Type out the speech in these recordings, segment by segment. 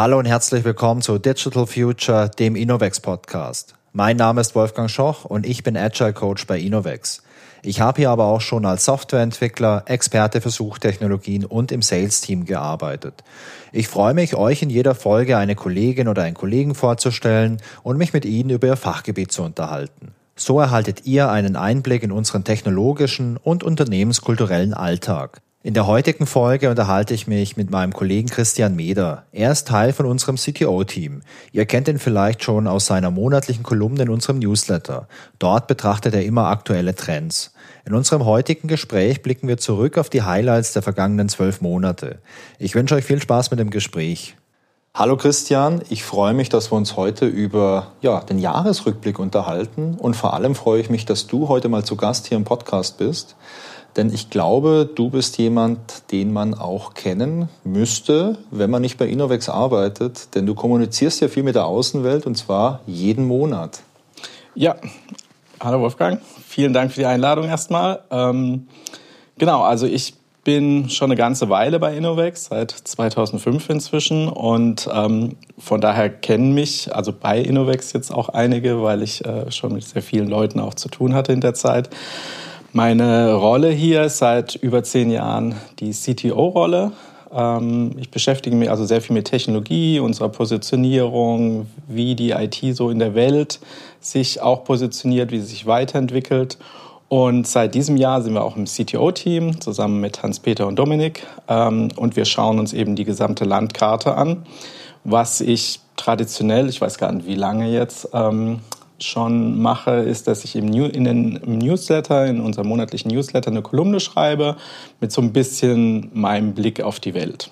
Hallo und herzlich willkommen zu Digital Future, dem Innovex Podcast. Mein Name ist Wolfgang Schoch und ich bin Agile Coach bei Innovex. Ich habe hier aber auch schon als Softwareentwickler, Experte für Suchtechnologien und im Sales-Team gearbeitet. Ich freue mich, euch in jeder Folge eine Kollegin oder einen Kollegen vorzustellen und mich mit ihnen über ihr Fachgebiet zu unterhalten. So erhaltet ihr einen Einblick in unseren technologischen und unternehmenskulturellen Alltag. In der heutigen Folge unterhalte ich mich mit meinem Kollegen Christian Meder. Er ist Teil von unserem CTO-Team. Ihr kennt ihn vielleicht schon aus seiner monatlichen Kolumne in unserem Newsletter. Dort betrachtet er immer aktuelle Trends. In unserem heutigen Gespräch blicken wir zurück auf die Highlights der vergangenen 12 Monate. Ich wünsche euch viel Spaß mit dem Gespräch. Hallo Christian, ich freue mich, dass wir uns heute über den Jahresrückblick unterhalten und vor allem freue ich mich, dass du heute mal zu Gast hier im Podcast bist. Denn ich glaube, du bist jemand, den man auch kennen müsste, wenn man nicht bei Innovex arbeitet. Denn du kommunizierst ja viel mit der Außenwelt und zwar jeden Monat. Ja, hallo Wolfgang. Vielen Dank für die Einladung erstmal. Also ich bin schon eine ganze Weile bei Innovex, seit 2005 inzwischen. Und von daher kennen mich, also bei Innovex jetzt auch einige, weil ich schon mit sehr vielen Leuten auch zu tun hatte in der Zeit. Meine Rolle hier ist seit über 10 Jahren die CTO-Rolle. Ich beschäftige mich also sehr viel mit Technologie, unserer Positionierung, wie die IT so in der Welt sich auch positioniert, wie sie sich weiterentwickelt. Und seit diesem Jahr sind wir auch im CTO-Team zusammen mit Hans-Peter und Dominik. Und wir schauen uns eben die gesamte Landkarte an. Was ich traditionell, ich weiß gar nicht wie lange jetzt, schon mache, ist, dass ich im Newsletter, in unserem monatlichen Newsletter, eine Kolumne schreibe mit so ein bisschen meinem Blick auf die Welt.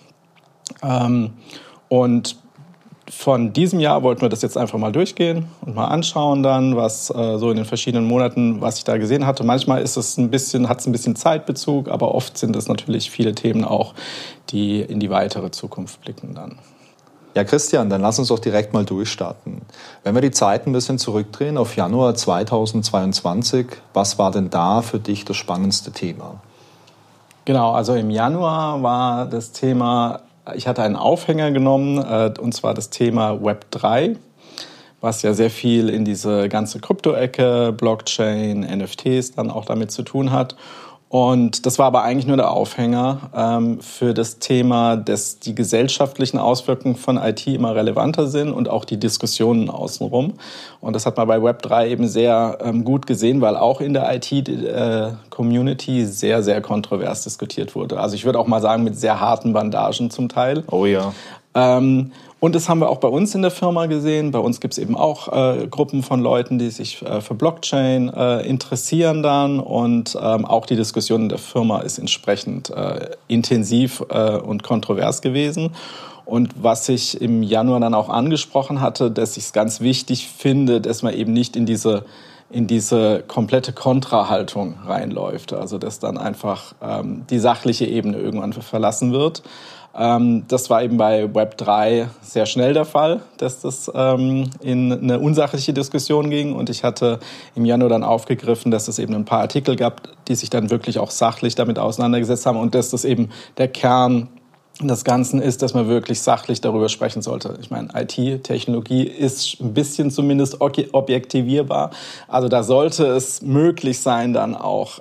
Und von diesem Jahr wollten wir das jetzt einfach mal durchgehen und mal anschauen dann, was so in den verschiedenen Monaten, was ich da gesehen hatte. Manchmal ist es hat es ein bisschen Zeitbezug, aber oft sind es natürlich viele Themen auch, die in die weitere Zukunft blicken dann. Ja, Christian, dann lass uns doch direkt mal durchstarten. Wenn wir die Zeit ein bisschen zurückdrehen auf Januar 2022, was war denn da für dich das spannendste Thema? Genau, also im Januar war das Thema, ich hatte einen Aufhänger genommen, und zwar das Thema Web 3, was ja sehr viel in diese ganze Krypto-Ecke, Blockchain, NFTs dann auch damit zu tun hat. Und das war aber eigentlich nur der Aufhänger für das Thema, dass die gesellschaftlichen Auswirkungen von IT immer relevanter sind und auch die Diskussionen außenrum. Und das hat man bei Web3 eben sehr gut gesehen, weil auch in der IT-Community sehr, sehr kontrovers diskutiert wurde. Also ich würde auch mal sagen, mit sehr harten Bandagen zum Teil. Oh ja. Und das haben wir auch bei uns in der Firma gesehen. Bei uns gibt es eben auch Gruppen von Leuten, die sich für Blockchain interessieren dann. Und auch die Diskussion in der Firma ist entsprechend intensiv und kontrovers gewesen. Und was ich im Januar dann auch angesprochen hatte, dass ich es ganz wichtig finde, dass man eben nicht in diese komplette Kontrahaltung reinläuft. Also dass dann einfach die sachliche Ebene irgendwann verlassen wird. Das war eben bei Web3 sehr schnell der Fall, dass das in eine unsachliche Diskussion ging. Und ich hatte im Januar dann aufgegriffen, dass es eben ein paar Artikel gab, die sich dann wirklich auch sachlich damit auseinandergesetzt haben und dass das eben der Kern des Ganzen ist, dass man wirklich sachlich darüber sprechen sollte. Ich meine, IT-Technologie ist ein bisschen zumindest objektivierbar. Also da sollte es möglich sein, dann auch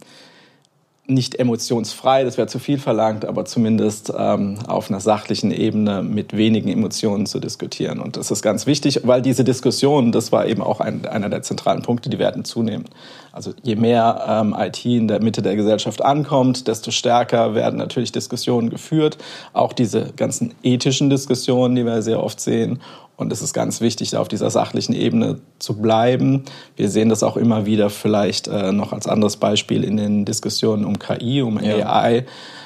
nicht emotionsfrei, das wäre zu viel verlangt, aber zumindest auf einer sachlichen Ebene mit wenigen Emotionen zu diskutieren. Und das ist ganz wichtig, weil diese Diskussion, das war eben auch einer der zentralen Punkte, die werden zunehmen. Also je mehr IT in der Mitte der Gesellschaft ankommt, desto stärker werden natürlich Diskussionen geführt. Auch diese ganzen ethischen Diskussionen, die wir sehr oft sehen. Und es ist ganz wichtig, da auf dieser sachlichen Ebene zu bleiben. Wir sehen das auch immer wieder vielleicht noch als anderes Beispiel in den Diskussionen um KI, um AI,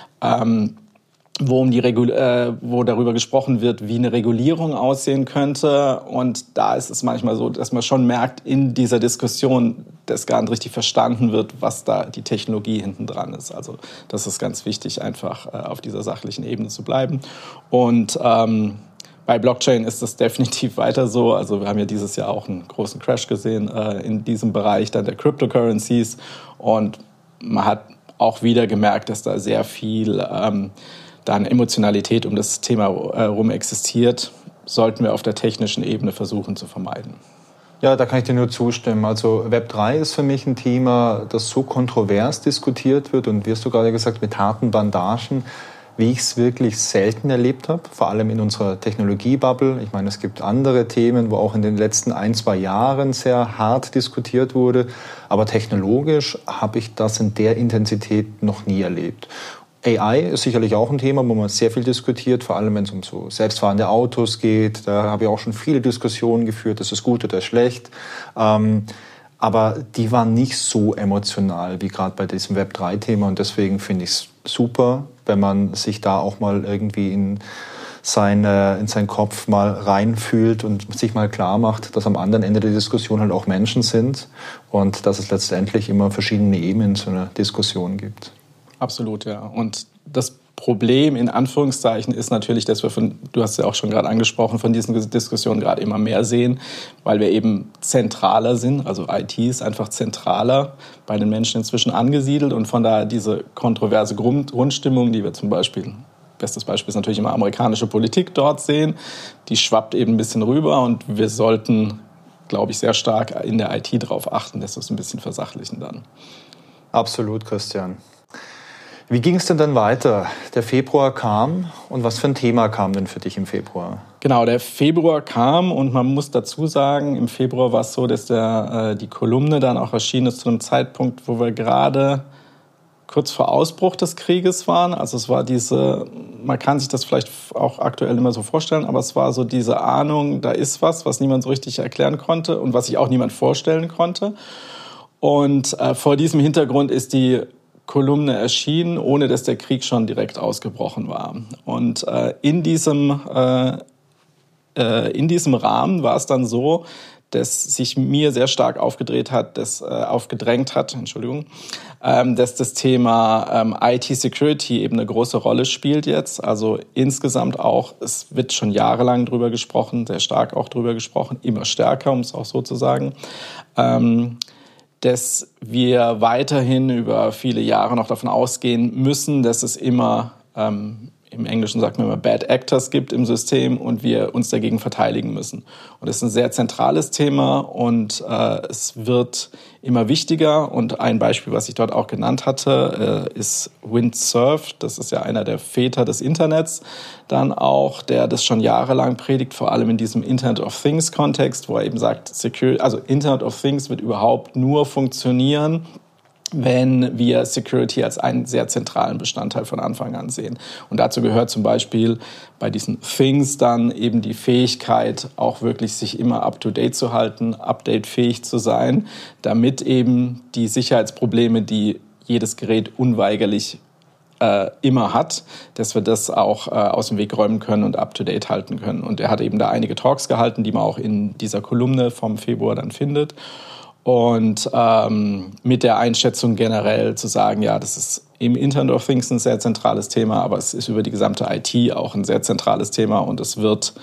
wo darüber gesprochen wird, wie eine Regulierung aussehen könnte. Und da ist es manchmal so, dass man schon merkt in dieser Diskussion, dass gar nicht richtig verstanden wird, was da die Technologie hinten dran ist. Also das ist ganz wichtig, einfach auf dieser sachlichen Ebene zu bleiben. Und bei Blockchain ist das definitiv weiter so. Also wir haben ja dieses Jahr auch einen großen Crash gesehen in diesem Bereich dann der Cryptocurrencies. Und man hat auch wieder gemerkt, dass da sehr viel da eine Emotionalität um das Thema herum existiert, sollten wir auf der technischen Ebene versuchen zu vermeiden. Ja, da kann ich dir nur zustimmen. Also Web3 ist für mich ein Thema, das so kontrovers diskutiert wird und wie hast du gerade gesagt, mit harten Bandagen, wie ich es wirklich selten erlebt habe, vor allem in unserer Technologiebubble. Ich meine, es gibt andere Themen, wo auch in den letzten 1-2 Jahren sehr hart diskutiert wurde, aber technologisch habe ich das in der Intensität noch nie erlebt. AI ist sicherlich auch ein Thema, wo man sehr viel diskutiert, vor allem wenn es um so selbstfahrende Autos geht. Da habe ich auch schon viele Diskussionen geführt, ist es gut oder schlecht. Aber die waren nicht so emotional wie gerade bei diesem Web3-Thema. Und deswegen finde ich es super, wenn man sich da auch mal irgendwie in seinen Kopf mal reinfühlt und sich mal klar macht, dass am anderen Ende der Diskussion halt auch Menschen sind und dass es letztendlich immer verschiedene Ebenen in so einer Diskussion gibt. Absolut, ja. Und das Problem in Anführungszeichen ist natürlich, dass wir du hast ja auch schon gerade angesprochen, von diesen Diskussionen gerade immer mehr sehen, weil wir eben zentraler sind, also IT ist einfach zentraler bei den Menschen inzwischen angesiedelt und von daher diese kontroverse Grundstimmung, die wir zum Beispiel, bestes Beispiel ist natürlich immer amerikanische Politik dort sehen, die schwappt eben ein bisschen rüber und wir sollten, glaube ich, sehr stark in der IT darauf achten, dass wir es ein bisschen versachlichen dann. Absolut, Christian. Wie ging es denn dann weiter? Der Februar kam und was für ein Thema kam denn für dich im Februar? Genau, der Februar kam und man muss dazu sagen, im Februar war es so, dass die Kolumne dann auch erschienen ist zu einem Zeitpunkt, wo wir gerade kurz vor Ausbruch des Krieges waren. Also es war man kann sich das vielleicht auch aktuell immer so vorstellen, aber es war so diese Ahnung, da ist was niemand so richtig erklären konnte und was sich auch niemand vorstellen konnte. Und vor diesem Hintergrund ist die Kolumne erschienen, ohne dass der Krieg schon direkt ausgebrochen war. Und in diesem Rahmen war es dann so, dass sich mir sehr stark aufgedrängt hat, dass das Thema IT-Security eben eine große Rolle spielt jetzt. Also insgesamt auch, es wird schon jahrelang drüber gesprochen, sehr stark auch drüber gesprochen, immer stärker, um es auch so zu sagen. Dass wir weiterhin über viele Jahre noch davon ausgehen müssen, dass es immer, im Englischen sagt man immer, Bad Actors gibt im System und wir uns dagegen verteidigen müssen. Und das ist ein sehr zentrales Thema und es wird immer wichtiger. Und ein Beispiel, was ich dort auch genannt hatte, ist Windsurf. Das ist ja einer der Väter des Internets dann auch, der das schon jahrelang predigt, vor allem in diesem Internet of Things Kontext, wo er eben sagt, Internet of Things wird überhaupt nur funktionieren, wenn wir Security als einen sehr zentralen Bestandteil von Anfang an sehen. Und dazu gehört zum Beispiel bei diesen Things dann eben die Fähigkeit, auch wirklich sich immer up-to-date zu halten, update-fähig zu sein, damit eben die Sicherheitsprobleme, die jedes Gerät unweigerlich immer hat, dass wir das auch aus dem Weg räumen können und up-to-date halten können. Und er hat eben da einige Talks gehalten, die man auch in dieser Kolumne vom Februar dann findet. Und mit der Einschätzung generell zu sagen, ja, das ist im Internet of Things ein sehr zentrales Thema, aber es ist über die gesamte IT auch ein sehr zentrales Thema und es wird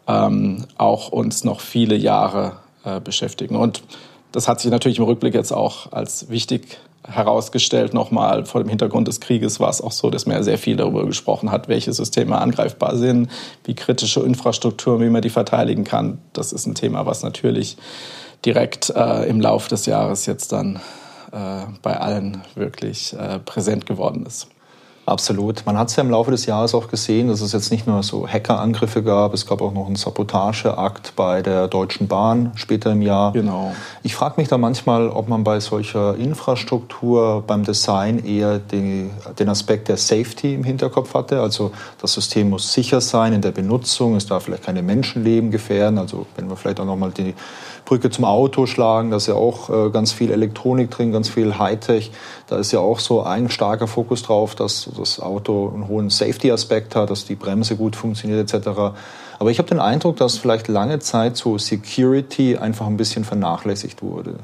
auch uns noch viele Jahre beschäftigen. Und das hat sich natürlich im Rückblick jetzt auch als wichtig herausgestellt. Nochmal vor dem Hintergrund des Krieges war es auch so, dass man ja sehr viel darüber gesprochen hat, welche Systeme angreifbar sind, wie kritische Infrastruktur, wie man die verteidigen kann. Das ist ein Thema, was natürlich direkt im Laufe des Jahres jetzt dann bei allen wirklich präsent geworden ist. Absolut. Man hat es ja im Laufe des Jahres auch gesehen, dass es jetzt nicht nur so Hackerangriffe gab, es gab auch noch einen Sabotageakt bei der Deutschen Bahn später im Jahr. Genau. Ich frage mich da manchmal, ob man bei solcher Infrastruktur beim Design eher den Aspekt der Safety im Hinterkopf hatte. Also das System muss sicher sein in der Benutzung, es darf vielleicht keine Menschenleben gefährden. Also wenn wir vielleicht auch nochmal die Brücke zum Auto schlagen, da ist ja auch ganz viel Elektronik drin, ganz viel Hightech. Da ist ja auch so ein starker Fokus drauf, dass das Auto einen hohen Safety-Aspekt hat, dass die Bremse gut funktioniert etc. Aber ich habe den Eindruck, dass vielleicht lange Zeit so Security einfach ein bisschen vernachlässigt wurde.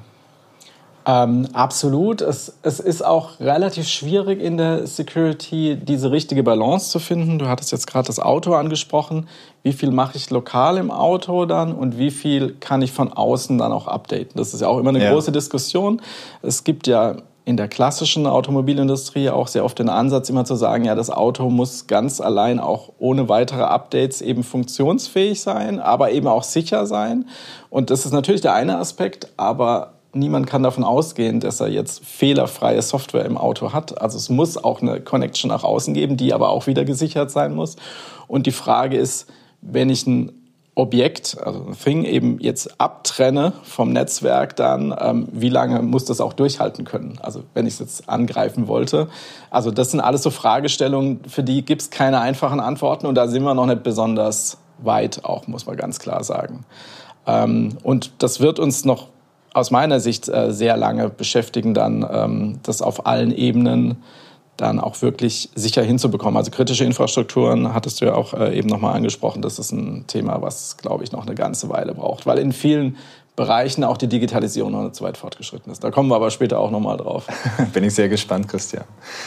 Absolut. Es ist auch relativ schwierig in der Security, diese richtige Balance zu finden. Du hattest jetzt gerade das Auto angesprochen. Wie viel mache ich lokal im Auto dann und wie viel kann ich von außen dann auch updaten? Das ist ja auch immer eine große Diskussion. Es gibt ja in der klassischen Automobilindustrie auch sehr oft den Ansatz immer zu sagen, ja, das Auto muss ganz allein auch ohne weitere Updates eben funktionsfähig sein, aber eben auch sicher sein. Und das ist natürlich der eine Aspekt, aber niemand kann davon ausgehen, dass er jetzt fehlerfreie Software im Auto hat. Also es muss auch eine Connection nach außen geben, die aber auch wieder gesichert sein muss. Und die Frage ist, wenn ich ein Objekt, also ein Thing eben jetzt abtrenne vom Netzwerk, dann wie lange muss das auch durchhalten können? Also wenn ich es jetzt angreifen wollte. Also das sind alles so Fragestellungen, für die gibt es keine einfachen Antworten und da sind wir noch nicht besonders weit auch, muss man ganz klar sagen. Und das wird uns noch aus meiner Sicht sehr lange beschäftigen, dann das auf allen Ebenen dann auch wirklich sicher hinzubekommen. Also kritische Infrastrukturen hattest du ja auch eben nochmal angesprochen. Das ist ein Thema, was, glaube ich, noch eine ganze Weile braucht, weil in vielen Bereichen auch die Digitalisierung noch nicht so weit fortgeschritten ist. Da kommen wir aber später auch nochmal drauf. Bin ich sehr gespannt, Christian.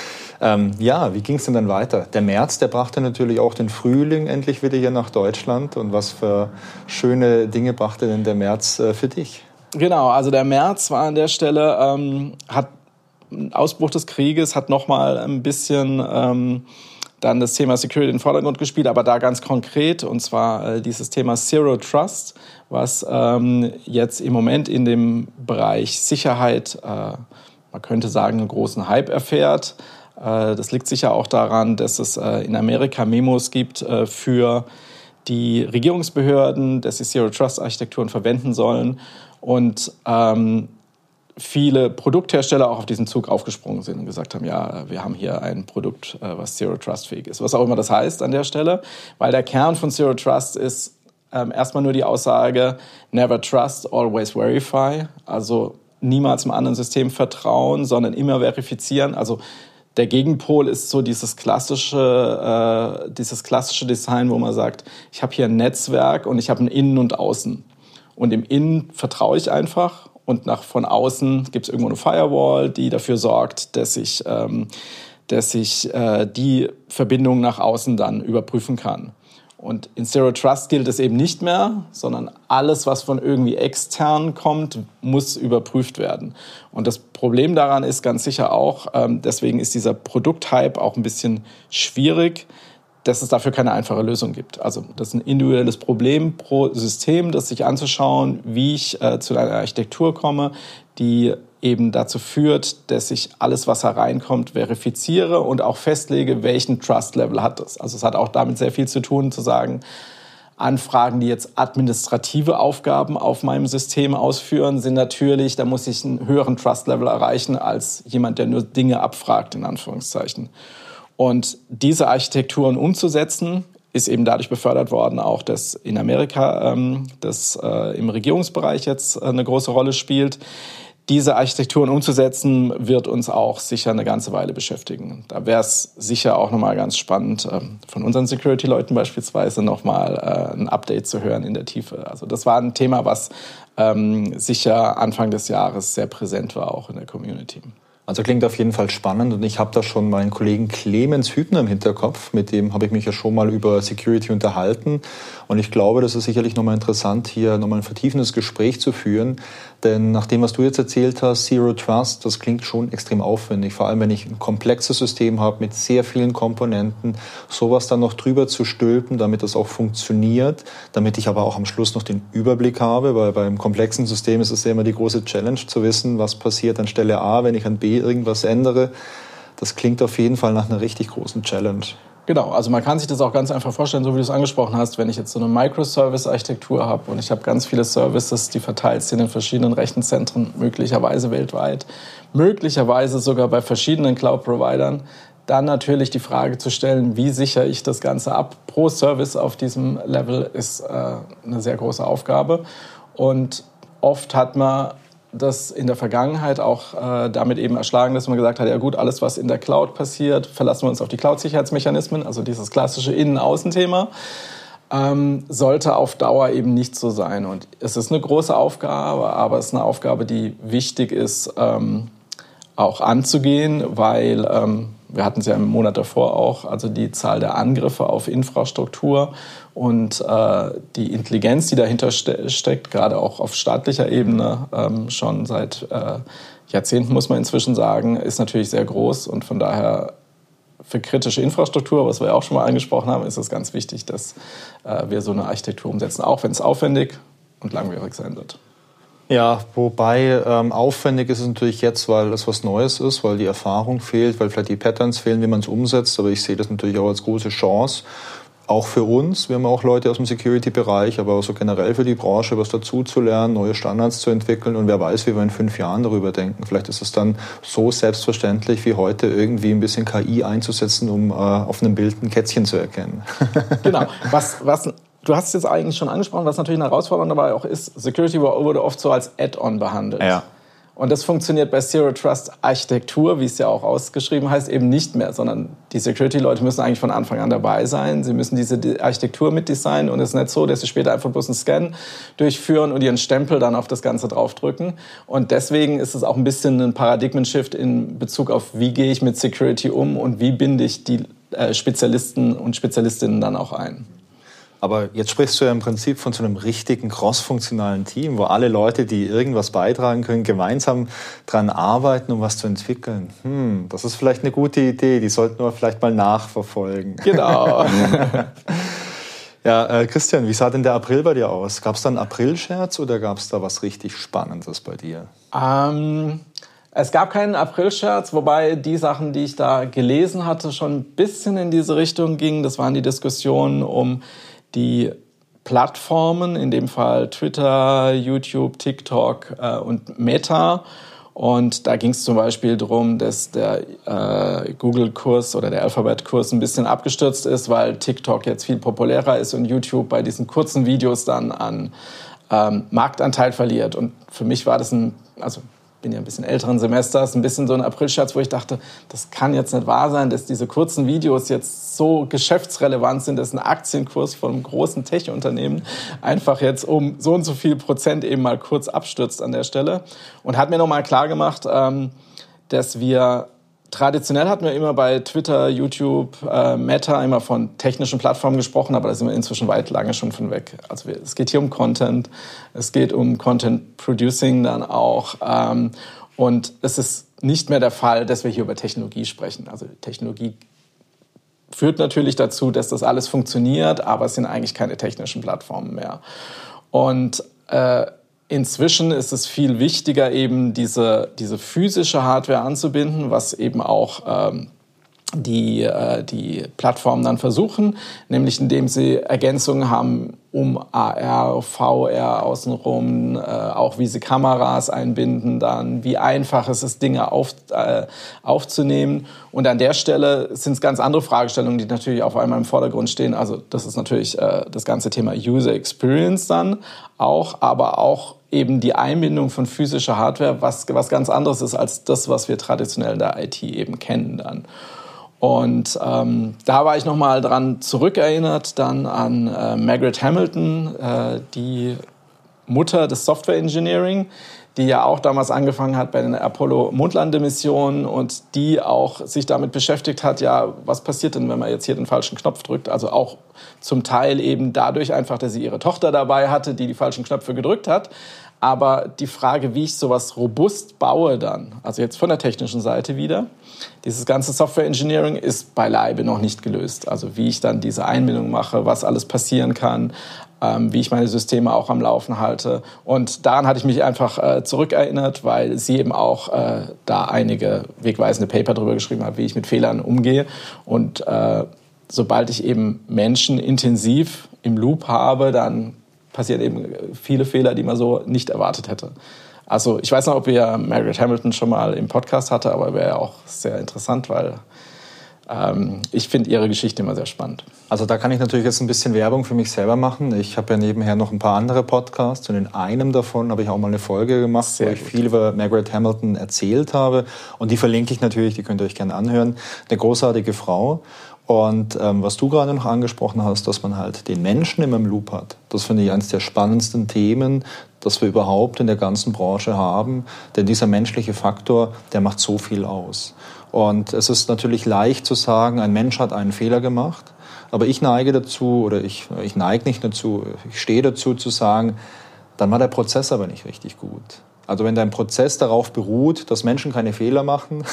Ja, wie ging es denn dann weiter? Der März, der brachte natürlich auch den Frühling endlich wieder hier nach Deutschland. Und was für schöne Dinge brachte denn der März für dich? Genau, also der März war an der Stelle, hat Ausbruch des Krieges, hat nochmal ein bisschen dann das Thema Security in den Vordergrund gespielt, aber da ganz konkret, und zwar dieses Thema Zero Trust, was jetzt im Moment in dem Bereich Sicherheit, man könnte sagen, einen großen Hype erfährt. Das liegt sicher auch daran, dass es in Amerika Memos gibt für die Regierungsbehörden, dass sie Zero Trust Architekturen verwenden sollen und viele Produkthersteller auch auf diesen Zug aufgesprungen sind und gesagt haben, ja, wir haben hier ein Produkt, was Zero Trust fähig ist. Was auch immer das heißt an der Stelle, weil der Kern von Zero Trust ist erstmal nur die Aussage, never trust, always verify. Also niemals einem anderen System vertrauen, sondern immer verifizieren. Also der Gegenpol ist so dieses klassische Design, wo man sagt, ich habe hier ein Netzwerk und ich habe ein Innen und Außen. Und im Innen vertraue ich einfach und von außen gibt es irgendwo eine Firewall, die dafür sorgt, dass ich die Verbindung nach außen dann überprüfen kann. Und in Zero Trust gilt es eben nicht mehr, sondern alles, was von irgendwie extern kommt, muss überprüft werden. Und das Problem daran ist ganz sicher auch, deswegen ist dieser Produkthype auch ein bisschen schwierig, dass es dafür keine einfache Lösung gibt. Also das ist ein individuelles Problem pro System, das sich anzuschauen, wie ich zu einer Architektur komme, die eben dazu führt, dass ich alles, was hereinkommt, verifiziere und auch festlege, welchen Trust-Level hat das. Also es hat auch damit sehr viel zu tun, zu sagen, Anfragen, die jetzt administrative Aufgaben auf meinem System ausführen, sind natürlich, da muss ich einen höheren Trust-Level erreichen als jemand, der nur Dinge abfragt, in Anführungszeichen. Und diese Architekturen umzusetzen, ist eben dadurch befördert worden, auch dass in Amerika das im Regierungsbereich jetzt eine große Rolle spielt. Diese Architekturen umzusetzen, wird uns auch sicher eine ganze Weile beschäftigen. Da wäre es sicher auch nochmal ganz spannend, von unseren Security-Leuten beispielsweise nochmal ein Update zu hören in der Tiefe. Also das war ein Thema, was sicher Anfang des Jahres sehr präsent war, auch in der Community. Also klingt auf jeden Fall spannend und ich habe da schon meinen Kollegen Clemens Hübner im Hinterkopf, mit dem habe ich mich ja schon mal über Security unterhalten und ich glaube, das ist sicherlich nochmal interessant, hier nochmal ein vertiefendes Gespräch zu führen, denn nach dem, was du jetzt erzählt hast, Zero Trust, das klingt schon extrem aufwendig, vor allem wenn ich ein komplexes System habe mit sehr vielen Komponenten, sowas dann noch drüber zu stülpen, damit das auch funktioniert, damit ich aber auch am Schluss noch den Überblick habe, weil beim komplexen System ist es ja immer die große Challenge zu wissen, was passiert an Stelle A, wenn ich an B irgendwas ändere. Das klingt auf jeden Fall nach einer richtig großen Challenge. Genau, also man kann sich das auch ganz einfach vorstellen, so wie du es angesprochen hast, wenn ich jetzt so eine Microservice-Architektur habe und ich habe ganz viele Services, die verteilt sind in verschiedenen Rechenzentren, möglicherweise weltweit, möglicherweise sogar bei verschiedenen Cloud-Providern, dann natürlich die Frage zu stellen, wie sichere ich das Ganze ab pro Service auf diesem Level, ist eine sehr große Aufgabe. Und oft hat man das in der Vergangenheit auch damit eben erschlagen, dass man gesagt hat, ja gut, alles, was in der Cloud passiert, verlassen wir uns auf die Cloud-Sicherheitsmechanismen, also dieses klassische Innen-Außen-Thema, sollte auf Dauer eben nicht so sein. Und es ist eine große Aufgabe, aber es ist eine Aufgabe, die wichtig ist, auch anzugehen, weil wir hatten es ja im Monat davor auch, also die Zahl der Angriffe auf Infrastruktur und die Intelligenz, die dahinter steckt, gerade auch auf staatlicher Ebene, schon seit Jahrzehnten, muss man inzwischen sagen, ist natürlich sehr groß. Und von daher für kritische Infrastruktur, was wir ja auch schon mal angesprochen haben, ist es ganz wichtig, dass wir so eine Architektur umsetzen, auch wenn es aufwendig und langwierig sein wird. Ja, wobei aufwendig ist es natürlich jetzt, weil es was Neues ist, weil die Erfahrung fehlt, weil vielleicht die Patterns fehlen, wie man es umsetzt. Aber ich sehe das natürlich auch als große Chance, auch für uns. Wir haben auch Leute aus dem Security-Bereich, aber auch so generell für die Branche, was dazu zu lernen, neue Standards zu entwickeln. Und wer weiß, wie wir in 5 Jahren darüber denken. Vielleicht ist es dann so selbstverständlich wie heute, irgendwie ein bisschen KI einzusetzen, um auf einem Bild ein Kätzchen zu erkennen. Genau. Du hast es jetzt eigentlich schon angesprochen, was natürlich eine Herausforderung dabei auch ist. Security wurde oft so als Add-on behandelt. Ja. Und das funktioniert bei Zero-Trust-Architektur, wie es ja auch ausgeschrieben heißt, eben nicht mehr, sondern die Security-Leute müssen eigentlich von Anfang an dabei sein. Sie müssen diese Architektur mitdesignen und es ist nicht so, dass sie später einfach bloß einen Scan durchführen und ihren Stempel dann auf das Ganze draufdrücken. Und deswegen ist es auch ein bisschen ein Paradigmen-Shift in Bezug auf, wie gehe ich mit Security um und wie binde ich die Spezialisten und Spezialistinnen dann auch ein. Aber jetzt sprichst du ja im Prinzip von so einem richtigen cross-funktionalen Team, wo alle Leute, die irgendwas beitragen können, gemeinsam daran arbeiten, um was zu entwickeln. Das ist vielleicht eine gute Idee, die sollten wir vielleicht mal nachverfolgen. Genau. Ja, Christian, wie sah denn der April bei dir aus? Gab es da einen April-Scherz oder gab es da was richtig Spannendes bei dir? Es gab keinen April-Scherz, wobei die Sachen, die ich da gelesen hatte, schon ein bisschen in diese Richtung gingen. Das waren die Diskussionen um die Plattformen, in dem Fall Twitter, YouTube, TikTok und Meta. Und da ging es zum Beispiel darum, dass der Google-Kurs oder der Alphabet-Kurs ein bisschen abgestürzt ist, weil TikTok jetzt viel populärer ist und YouTube bei diesen kurzen Videos dann an Marktanteil verliert. Und für mich war das bin ja ein bisschen älteren Semesters, ein bisschen so ein Aprilscherz, wo ich dachte, das kann jetzt nicht wahr sein, dass diese kurzen Videos jetzt so geschäftsrelevant sind, dass ein Aktienkurs von einem großen Tech-Unternehmen einfach jetzt um so und so viel Prozent eben mal kurz abstürzt an der Stelle. Und hat mir nochmal klar gemacht, dass traditionell hatten wir immer bei Twitter, YouTube, Meta immer von technischen Plattformen gesprochen, aber da sind wir inzwischen lange schon von weg. Also es geht hier um Content, es geht um Content Producing dann auch. Und es ist nicht mehr der Fall, dass wir hier über Technologie sprechen. Also Technologie führt natürlich dazu, dass das alles funktioniert, aber es sind eigentlich keine technischen Plattformen mehr. Und inzwischen ist es viel wichtiger, eben diese physische Hardware anzubinden, was eben auch die Plattformen dann versuchen, nämlich indem sie Ergänzungen haben um AR, VR außenrum, auch wie sie Kameras einbinden dann, wie einfach es ist, Dinge aufzunehmen. Und an der Stelle sind es ganz andere Fragestellungen, die natürlich auf einmal im Vordergrund stehen. Also das ist natürlich das ganze Thema User Experience dann auch, aber auch eben die Einbindung von physischer Hardware, was ganz anderes ist als das, was wir traditionell in der IT eben kennen dann. Und da war ich nochmal dran zurückerinnert dann an Margaret Hamilton, die Mutter des Software Engineering, die ja auch damals angefangen hat bei den Apollo-Mondlandemissionen und die auch sich damit beschäftigt hat, ja, was passiert denn, wenn man jetzt hier den falschen Knopf drückt? Also auch zum Teil eben dadurch einfach, dass sie ihre Tochter dabei hatte, die falschen Knöpfe gedrückt hat. Aber die Frage, wie ich sowas robust baue dann, also jetzt von der technischen Seite wieder, dieses ganze Software Engineering ist beileibe noch nicht gelöst. Also wie ich dann diese Einbindung mache, was alles passieren kann, wie ich meine Systeme auch am Laufen halte. Und daran hatte ich mich einfach zurückerinnert, weil sie eben auch da einige wegweisende Paper drüber geschrieben hat, wie ich mit Fehlern umgehe. Und sobald ich eben Menschen intensiv im Loop habe, dann passieren eben viele Fehler, die man so nicht erwartet hätte. Also ich weiß noch, ob ihr Margaret Hamilton schon mal im Podcast hatte, aber wäre ja auch sehr interessant, weil ich finde ihre Geschichte immer sehr spannend. Also da kann ich natürlich jetzt ein bisschen Werbung für mich selber machen. Ich habe ja nebenher noch ein paar andere Podcasts und in einem davon habe ich auch mal eine Folge gemacht, wo ich viel über Margaret Hamilton erzählt habe. Und die verlinke ich natürlich, die könnt ihr euch gerne anhören. Eine großartige Frau. Und was du gerade noch angesprochen hast, dass man halt den Menschen immer im Loop hat, das finde ich eines der spannendsten Themen, das wir überhaupt in der ganzen Branche haben. Denn dieser menschliche Faktor, der macht so viel aus. Und es ist natürlich leicht zu sagen, ein Mensch hat einen Fehler gemacht. Aber ich neige dazu, oder ich neige nicht dazu, ich stehe dazu zu sagen, dann war der Prozess aber nicht richtig gut. Also wenn dein Prozess darauf beruht, dass Menschen keine Fehler machen,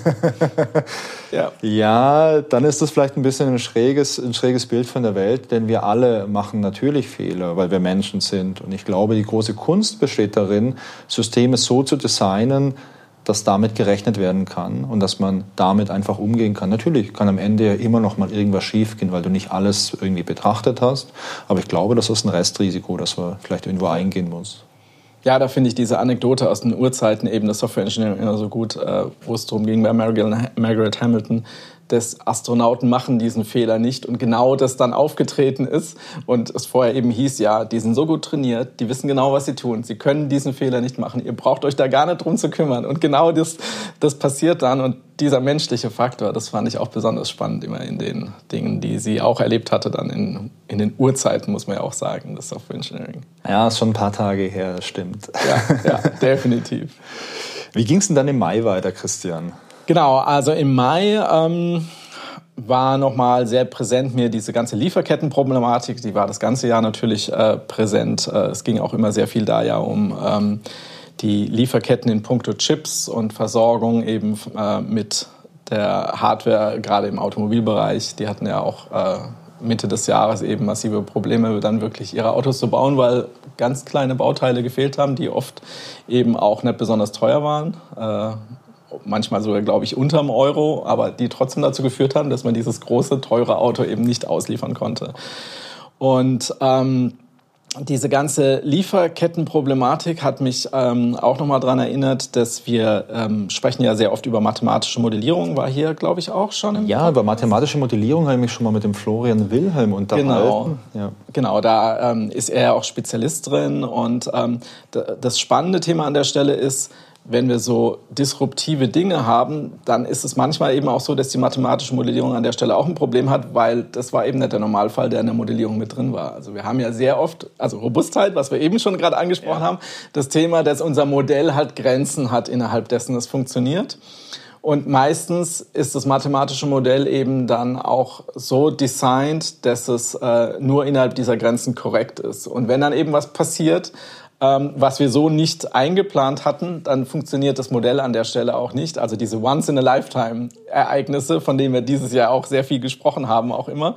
ja, dann ist das vielleicht ein bisschen ein schräges Bild von der Welt, denn wir alle machen natürlich Fehler, weil wir Menschen sind. Und ich glaube, die große Kunst besteht darin, Systeme so zu designen, dass damit gerechnet werden kann und dass man damit einfach umgehen kann. Natürlich kann am Ende ja immer noch mal irgendwas schiefgehen, weil du nicht alles irgendwie betrachtet hast. Aber ich glaube, das ist ein Restrisiko, das man vielleicht irgendwo eingehen muss. Ja, da finde ich diese Anekdote aus den Urzeiten eben des Software Engineering immer so gut, wo es darum ging bei Margaret Hamilton, des Astronauten machen diesen Fehler nicht und genau das dann aufgetreten ist und es vorher eben hieß, ja, die sind so gut trainiert, die wissen genau, was sie tun, sie können diesen Fehler nicht machen, ihr braucht euch da gar nicht drum zu kümmern und genau das passiert dann und dieser menschliche Faktor, das fand ich auch besonders spannend immer in den Dingen, die sie auch erlebt hatte dann in den Urzeiten, muss man ja auch sagen, das Software Engineering. Ja, ist schon ein paar Tage her, das stimmt. Ja, definitiv. Wie ging es denn dann im Mai weiter, Christian? Genau, also im Mai war nochmal sehr präsent mir diese ganze Lieferkettenproblematik. Die war das ganze Jahr natürlich präsent. Es ging auch immer sehr viel da ja um die Lieferketten in puncto Chips und Versorgung eben mit der Hardware, gerade im Automobilbereich. Die hatten ja auch Mitte des Jahres eben massive Probleme, dann wirklich ihre Autos zu bauen, weil ganz kleine Bauteile gefehlt haben, die oft eben auch nicht besonders teuer waren. Manchmal sogar, glaube ich, unterm Euro, aber die trotzdem dazu geführt haben, dass man dieses große, teure Auto eben nicht ausliefern konnte. Und diese ganze Lieferkettenproblematik hat mich auch nochmal daran erinnert, dass wir sprechen ja sehr oft über mathematische Modellierung, war hier, glaube ich, auch schon. Ja, über mathematische Modellierung habe ich mich schon mal mit dem Florian Wilhelm unterhalten. Genau, da ist er auch Spezialist drin. Und das spannende Thema an der Stelle ist, wenn wir so disruptive Dinge haben, dann ist es manchmal eben auch so, dass die mathematische Modellierung an der Stelle auch ein Problem hat, weil das war eben nicht der Normalfall, der in der Modellierung mit drin war. Also wir haben ja sehr oft, also Robustheit, was wir eben schon gerade angesprochen haben, das Thema, dass unser Modell halt Grenzen hat, innerhalb dessen es funktioniert. Und meistens ist das mathematische Modell eben dann auch so designt, dass es nur innerhalb dieser Grenzen korrekt ist. Und wenn dann eben was passiert, was wir so nicht eingeplant hatten, dann funktioniert das Modell an der Stelle auch nicht. Also diese Once-in-a-Lifetime-Ereignisse, von denen wir dieses Jahr auch sehr viel gesprochen haben, auch immer,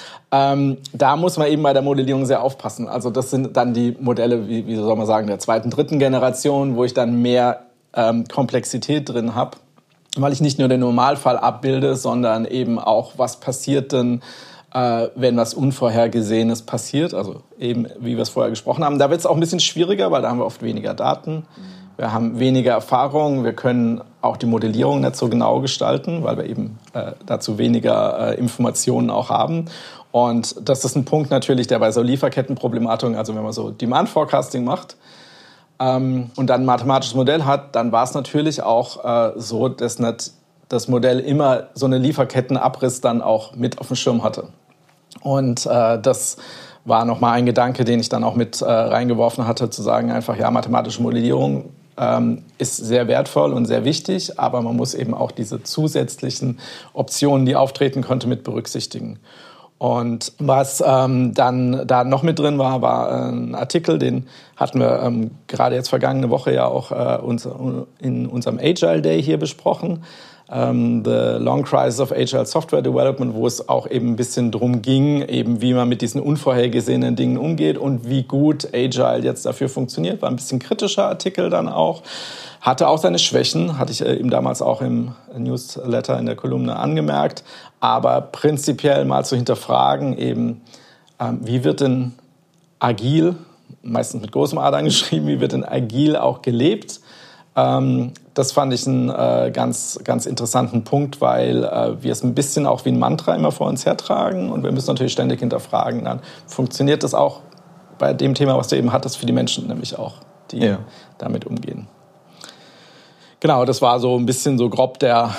da muss man eben bei der Modellierung sehr aufpassen. Also das sind dann die Modelle, wie soll man sagen, der zweiten, dritten Generation, wo ich dann mehr Komplexität drin habe, weil ich nicht nur den Normalfall abbilde, sondern eben auch, was passiert denn, wenn was Unvorhergesehenes passiert, also eben, wie wir es vorher gesprochen haben. Da wird es auch ein bisschen schwieriger, weil da haben wir oft weniger Daten, wir haben weniger Erfahrung, wir können auch die Modellierung nicht so genau gestalten, weil wir eben dazu weniger Informationen auch haben. Und das ist ein Punkt natürlich, der bei so Lieferkettenproblematiken, also wenn man so Demand Forecasting macht, und dann ein mathematisches Modell hat, dann war es natürlich auch so, dass nicht das Modell immer so eine Lieferkettenabriss dann auch mit auf dem Schirm hatte. Und das war nochmal ein Gedanke, den ich dann auch mit reingeworfen hatte, zu sagen einfach, ja, mathematische Modellierung ist sehr wertvoll und sehr wichtig, aber man muss eben auch diese zusätzlichen Optionen, die auftreten konnte, mit berücksichtigen. Und was dann da noch mit drin war, war ein Artikel, den hatten wir gerade jetzt vergangene Woche ja auch in unserem Agile Day hier besprochen. The Long Crisis of Agile Software Development, wo es auch eben ein bisschen drum ging, eben wie man mit diesen unvorhergesehenen Dingen umgeht und wie gut Agile jetzt dafür funktioniert. War ein bisschen kritischer Artikel dann auch. Hatte auch seine Schwächen, hatte ich ihm damals auch im Newsletter in der Kolumne angemerkt. Aber prinzipiell mal zu hinterfragen eben, wie wird denn agil, meistens mit großem A dann geschrieben, wie wird denn agil auch gelebt? Das fand ich einen ganz, ganz interessanten Punkt, weil wir es ein bisschen auch wie ein Mantra immer vor uns hertragen und wir müssen natürlich ständig hinterfragen, dann funktioniert das auch bei dem Thema, was du eben hattest, für die Menschen nämlich auch, die damit umgehen. Genau, das war so ein bisschen so grob der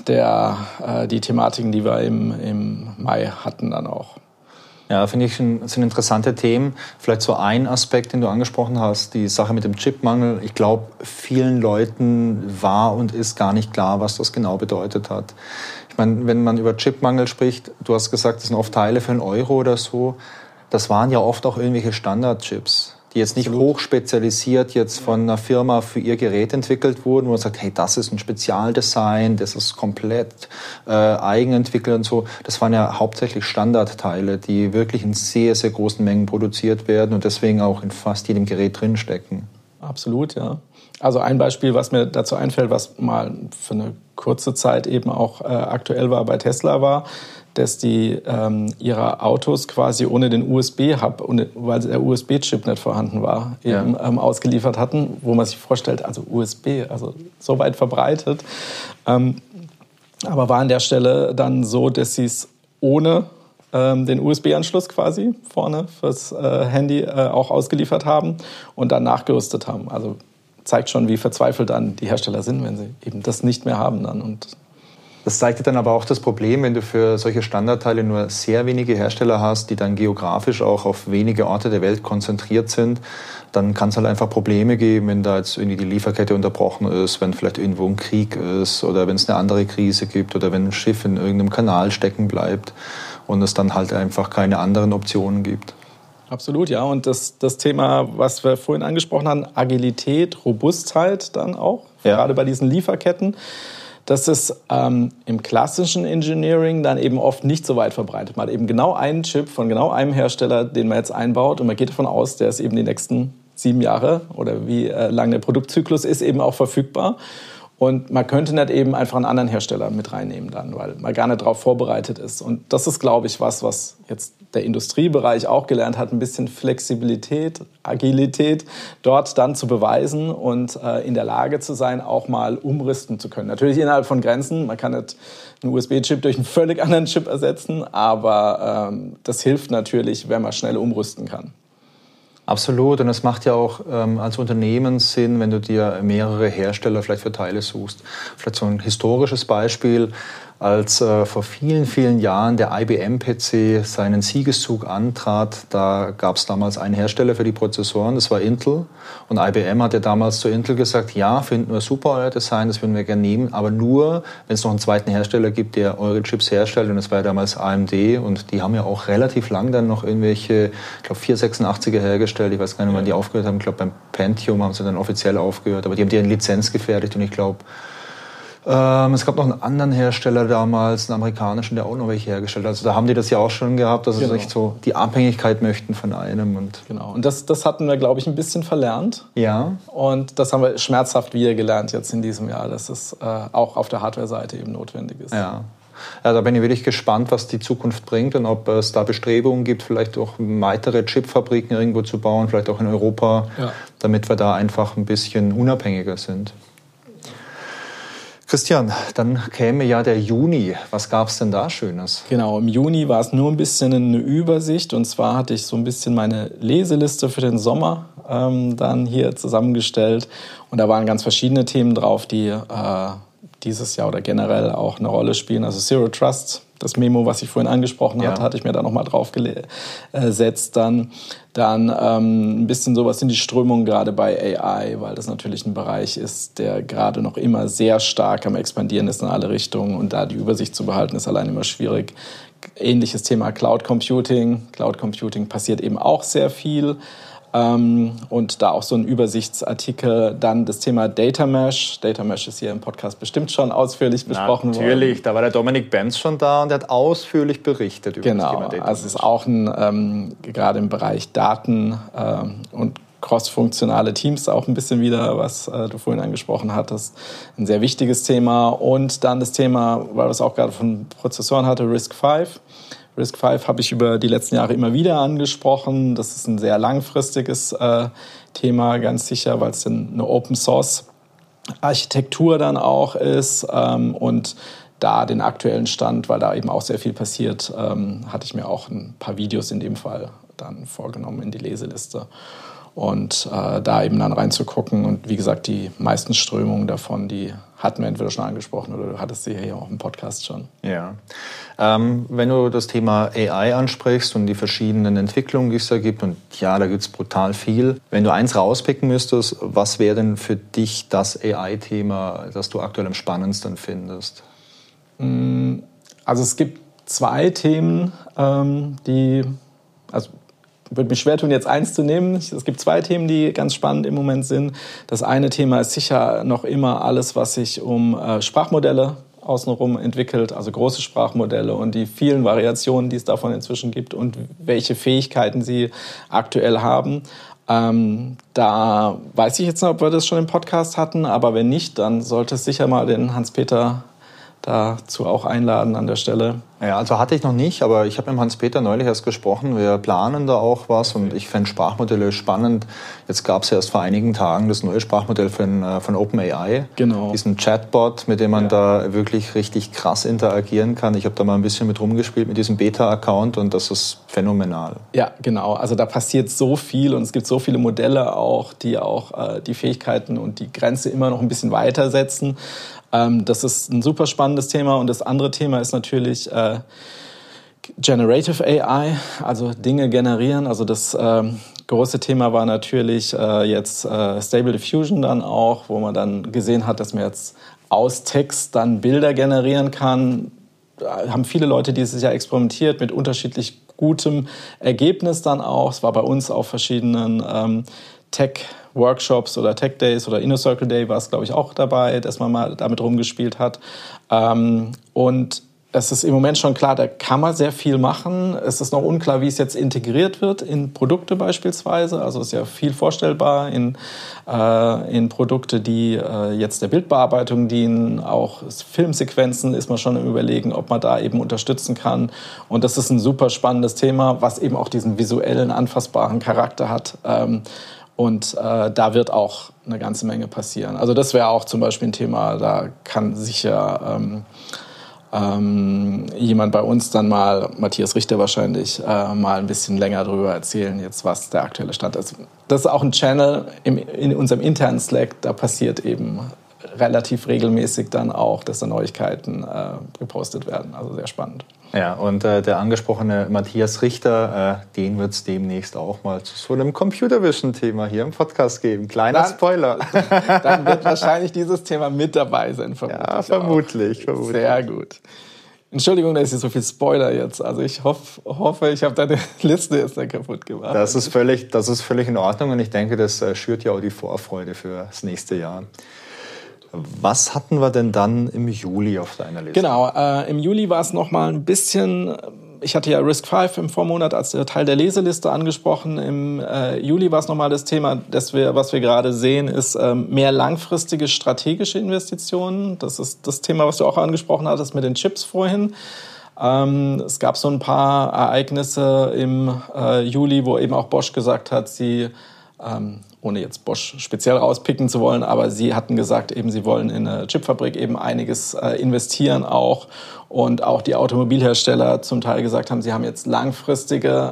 die Thematiken, die wir im Mai hatten dann auch. Ja, finde ich, sind interessante Themen. Vielleicht so ein Aspekt, den du angesprochen hast, die Sache mit dem Chipmangel. Ich glaube, vielen Leuten war und ist gar nicht klar, was das genau bedeutet hat. Ich meine, wenn man über Chipmangel spricht, du hast gesagt, das sind oft Teile für €1 oder so. Das waren ja oft auch irgendwelche Standardchips, die jetzt nicht hochspezialisiert jetzt von einer Firma für ihr Gerät entwickelt wurden, wo man sagt, hey, das ist ein Spezialdesign, das ist komplett eigenentwickelt und so. Das waren ja hauptsächlich Standardteile, die wirklich in sehr, sehr großen Mengen produziert werden und deswegen auch in fast jedem Gerät drinstecken. Absolut, ja. Also ein Beispiel, was mir dazu einfällt, was mal für eine kurze Zeit eben auch aktuell war bei Tesla war, dass die ihre Autos quasi ohne den USB-Hub, weil der USB-Chip nicht vorhanden war, eben ausgeliefert hatten, wo man sich vorstellt, also USB, also so weit verbreitet. Aber war an der Stelle dann so, dass sie es ohne den USB-Anschluss quasi vorne fürs Handy auch ausgeliefert haben und dann nachgerüstet haben. Also zeigt schon, wie verzweifelt dann die Hersteller sind, wenn sie eben das nicht mehr haben dann. Und das zeigt dir dann aber auch das Problem, wenn du für solche Standardteile nur sehr wenige Hersteller hast, die dann geografisch auch auf wenige Orte der Welt konzentriert sind, dann kann es halt einfach Probleme geben, wenn da jetzt irgendwie die Lieferkette unterbrochen ist, wenn vielleicht irgendwo ein Krieg ist oder wenn es eine andere Krise gibt oder wenn ein Schiff in irgendeinem Kanal stecken bleibt und es dann halt einfach keine anderen Optionen gibt. Absolut, ja. Und das Thema, was wir vorhin angesprochen haben, Agilität, Robustheit dann auch, gerade bei diesen Lieferketten, das ist im klassischen Engineering dann eben oft nicht so weit verbreitet. Man hat eben genau einen Chip von genau einem Hersteller, den man jetzt einbaut und man geht davon aus, der ist eben die nächsten 7 Jahre oder wie lang der Produktzyklus ist, eben auch verfügbar. Und man könnte nicht eben einfach einen anderen Hersteller mit reinnehmen dann, weil man gar nicht darauf vorbereitet ist. Und das ist, glaube ich, was jetzt der Industriebereich auch gelernt hat, ein bisschen Flexibilität, Agilität dort dann zu beweisen und in der Lage zu sein, auch mal umrüsten zu können. Natürlich innerhalb von Grenzen. Man kann nicht einen USB-Chip durch einen völlig anderen Chip ersetzen, aber das hilft natürlich, wenn man schnell umrüsten kann. Absolut. Und es macht ja auch als Unternehmen Sinn, wenn du dir mehrere Hersteller vielleicht für Teile suchst. Vielleicht so ein historisches Beispiel. Als vor vielen, vielen Jahren der IBM-PC seinen Siegeszug antrat, da gab es damals einen Hersteller für die Prozessoren, das war Intel. Und IBM hat ja damals zu Intel gesagt, ja, finden wir super euer Design, das würden wir gerne nehmen, aber nur, wenn es noch einen zweiten Hersteller gibt, der eure Chips herstellt. Und das war ja damals AMD. Und die haben ja auch relativ lang dann noch irgendwelche, ich glaube, 486er hergestellt. Ich weiß gar nicht, wann die aufgehört haben. Ich glaube, beim Pentium haben sie dann offiziell aufgehört. Aber die haben die in Lizenz gefertigt und ich glaube, es gab noch einen anderen Hersteller damals, einen amerikanischen, der auch noch welche hergestellt hat. Also da haben die das ja auch schon gehabt, dass sie nicht so die Abhängigkeit möchten von einem. Und das hatten wir, glaube ich, ein bisschen verlernt. Ja. Und das haben wir schmerzhaft wieder gelernt jetzt in diesem Jahr, dass es auch auf der Hardware-Seite eben notwendig ist. Ja. Ja, da bin ich wirklich gespannt, was die Zukunft bringt und ob es da Bestrebungen gibt, vielleicht auch weitere Chipfabriken irgendwo zu bauen, vielleicht auch in Europa, damit wir da einfach ein bisschen unabhängiger sind. Christian, dann käme ja der Juni. Was gab es denn da Schönes? Genau, im Juni war es nur ein bisschen eine Übersicht. Und zwar hatte ich so ein bisschen meine Leseliste für den Sommer dann hier zusammengestellt. Und da waren ganz verschiedene Themen drauf, die dieses Jahr oder generell auch eine Rolle spielen. Also Zero Trust, das Memo, was ich vorhin angesprochen hatte, hatte ich mir da nochmal drauf gesetzt. Dann ein bisschen sowas in die Strömung gerade bei AI, weil das natürlich ein Bereich ist, der gerade noch immer sehr stark am Expandieren ist in alle Richtungen. Und da die Übersicht zu behalten, ist allein immer schwierig. Ähnliches Thema Cloud Computing. Cloud Computing passiert eben auch sehr viel. Und da auch so ein Übersichtsartikel. Dann das Thema Data Mesh. Data Mesh ist hier im Podcast bestimmt schon ausführlich besprochen worden. Natürlich, da war der Dominik Benz schon da und der hat ausführlich berichtet über das Thema Data Mesh. Genau, also es ist auch gerade im Bereich Daten und cross-funktionale Teams auch ein bisschen wieder, was du vorhin angesprochen hattest, ein sehr wichtiges Thema. Und dann das Thema, weil wir es auch gerade von Prozessoren hatte, RISC-V. RISC-V habe ich über die letzten Jahre immer wieder angesprochen. Das ist ein sehr langfristiges Thema, ganz sicher, weil es eine Open-Source-Architektur dann auch ist. Und da den aktuellen Stand, weil da eben auch sehr viel passiert, hatte ich mir auch ein paar Videos in dem Fall dann vorgenommen in die Leseliste. Und da eben dann reinzugucken. Und wie gesagt, die meisten Strömungen davon, die hatten wir entweder schon angesprochen oder du hattest sie hier auch im Podcast schon. Ja. Wenn du das Thema AI ansprichst und die verschiedenen Entwicklungen, die es da gibt, und ja, da gibt es brutal viel. Wenn du eins rauspicken müsstest, was wäre denn für dich das AI-Thema, das du aktuell am spannendsten findest? Also es gibt zwei Themen, würde mich schwer tun, jetzt eins zu nehmen. Es gibt zwei Themen, die ganz spannend im Moment sind. Das eine Thema ist sicher noch immer alles, was sich um Sprachmodelle außenrum entwickelt, also große Sprachmodelle und die vielen Variationen, die es davon inzwischen gibt und welche Fähigkeiten sie aktuell haben. Da weiß ich jetzt nicht, ob wir das schon im Podcast hatten, aber wenn nicht, dann sollte es sicher mal den Hans-Peter dazu auch einladen an der Stelle. Ja, also hatte ich noch nicht, aber ich habe mit Hans-Peter neulich erst gesprochen. Wir planen da auch was und ich fände Sprachmodelle spannend. Jetzt gab es ja erst vor einigen Tagen das neue Sprachmodell von OpenAI. Genau. Diesen Chatbot, mit dem man da wirklich richtig krass interagieren kann. Ich habe da mal ein bisschen mit rumgespielt mit diesem Beta-Account und das ist phänomenal. Ja, genau. Also da passiert so viel und es gibt so viele Modelle auch, die die Fähigkeiten und die Grenze immer noch ein bisschen weitersetzen. Das ist ein super spannendes Thema. Und das andere Thema ist natürlich Generative AI, also Dinge generieren. Also das große Thema war natürlich jetzt Stable Diffusion dann auch, wo man dann gesehen hat, dass man jetzt aus Text dann Bilder generieren kann. Da haben viele Leute dieses Jahr experimentiert mit unterschiedlich gutem Ergebnis dann auch. Es war bei uns auf verschiedenen Tech-Workshops oder Tech-Days oder Inner Circle Day war es, glaube ich, auch dabei, dass man mal damit rumgespielt hat. Und es ist im Moment schon klar, da kann man sehr viel machen. Es ist noch unklar, wie es jetzt integriert wird in Produkte beispielsweise. Also es ist ja viel vorstellbar in Produkte, die jetzt der Bildbearbeitung dienen. Auch Filmsequenzen ist man schon im Überlegen, ob man da eben unterstützen kann. Und das ist ein super spannendes Thema, was eben auch diesen visuellen, anfassbaren Charakter hat. Und da wird auch eine ganze Menge passieren. Also das wäre auch zum Beispiel ein Thema, da kann sicher jemand bei uns dann mal, Matthias Richter wahrscheinlich, mal ein bisschen länger darüber erzählen, jetzt was der aktuelle Stand ist. Das ist auch ein Channel in unserem internen Slack, da passiert eben relativ regelmäßig dann auch, dass da Neuigkeiten gepostet werden. Also sehr spannend. Ja, und der angesprochene Matthias Richter, den wird es demnächst auch mal zu so einem Computer Vision-Thema hier im Podcast geben. Kleiner Spoiler. Dann wird wahrscheinlich dieses Thema mit dabei sein. Ja, vermutlich. Sehr gut. Entschuldigung, dass ich so viel Spoiler jetzt. Also ich hoffe, ich habe deine Liste jetzt nicht kaputt gemacht. Das ist völlig in Ordnung und ich denke, das schürt ja auch die Vorfreude für das nächste Jahr. Was hatten wir denn dann im Juli auf deiner Liste? Genau, im Juli war es noch mal ein bisschen, ich hatte ja RISC-V im Vormonat als Teil der Leseliste angesprochen. Im Juli war es noch mal das Thema, was wir gerade sehen, ist mehr langfristige strategische Investitionen. Das ist das Thema, was du auch angesprochen hattest mit den Chips vorhin. Es gab so ein paar Ereignisse im Juli, wo eben auch Bosch gesagt hat, sie ohne jetzt Bosch speziell rauspicken zu wollen, aber sie hatten gesagt, eben sie wollen in eine Chipfabrik eben einiges investieren auch und auch die Automobilhersteller zum Teil gesagt haben, sie haben jetzt langfristige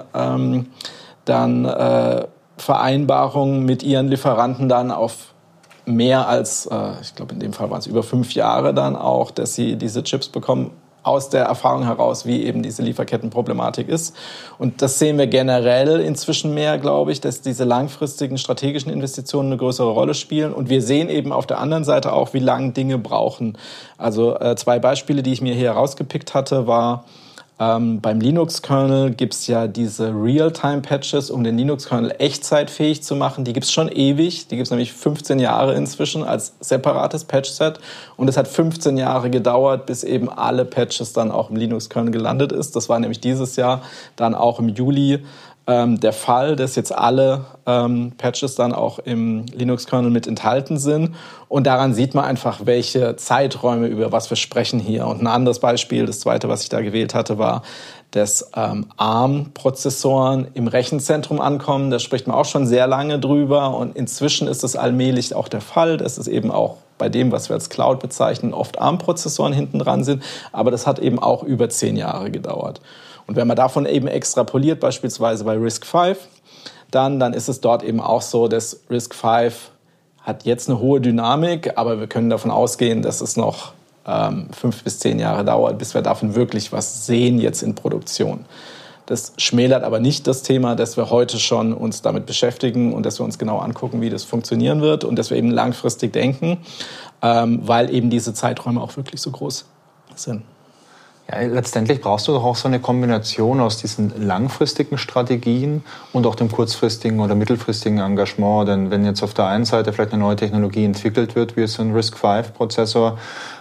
Vereinbarungen mit ihren Lieferanten dann auf mehr als, ich glaube in dem Fall waren es über 5 Jahre dann auch, dass sie diese Chips bekommen, aus der Erfahrung heraus, wie eben diese Lieferkettenproblematik ist. Und das sehen wir generell inzwischen mehr, glaube ich, dass diese langfristigen strategischen Investitionen eine größere Rolle spielen. Und wir sehen eben auf der anderen Seite auch, wie lange Dinge brauchen. Also 2 Beispiele, die ich mir hier herausgepickt hatte, war beim Linux-Kernel gibt's ja diese Real-Time-Patches, um den Linux-Kernel echtzeitfähig zu machen. Die gibt's schon ewig. Die gibt's nämlich 15 Jahre inzwischen als separates Patch-Set. Und es hat 15 Jahre gedauert, bis eben alle Patches dann auch im Linux-Kernel gelandet ist. Das war nämlich dieses Jahr dann auch im Juli der Fall, dass jetzt alle Patches dann auch im Linux-Kernel mit enthalten sind. Und daran sieht man einfach, welche Zeiträume, über was wir sprechen hier. Und ein anderes Beispiel, das zweite, was ich da gewählt hatte, war, dass ARM-Prozessoren im Rechenzentrum ankommen. Da spricht man auch schon sehr lange drüber. Und inzwischen ist es allmählich auch der Fall, dass es eben auch bei dem, was wir als Cloud bezeichnen, oft ARM-Prozessoren hinten dran sind. Aber das hat eben auch über 10 Jahre gedauert. Und wenn man davon eben extrapoliert, beispielsweise bei RISC-V, dann ist es dort eben auch so, dass RISC-V hat jetzt eine hohe Dynamik, aber wir können davon ausgehen, dass es noch 5 bis 10 Jahre dauert, bis wir davon wirklich was sehen jetzt in Produktion. Das schmälert aber nicht das Thema, dass wir heute schon uns damit beschäftigen und dass wir uns genau angucken, wie das funktionieren wird und dass wir eben langfristig denken, weil eben diese Zeiträume auch wirklich so groß sind. Ja, letztendlich brauchst du doch auch so eine Kombination aus diesen langfristigen Strategien und auch dem kurzfristigen oder mittelfristigen Engagement. Denn wenn jetzt auf der einen Seite vielleicht eine neue Technologie entwickelt wird, wie so ein RISC-V-Prozessor,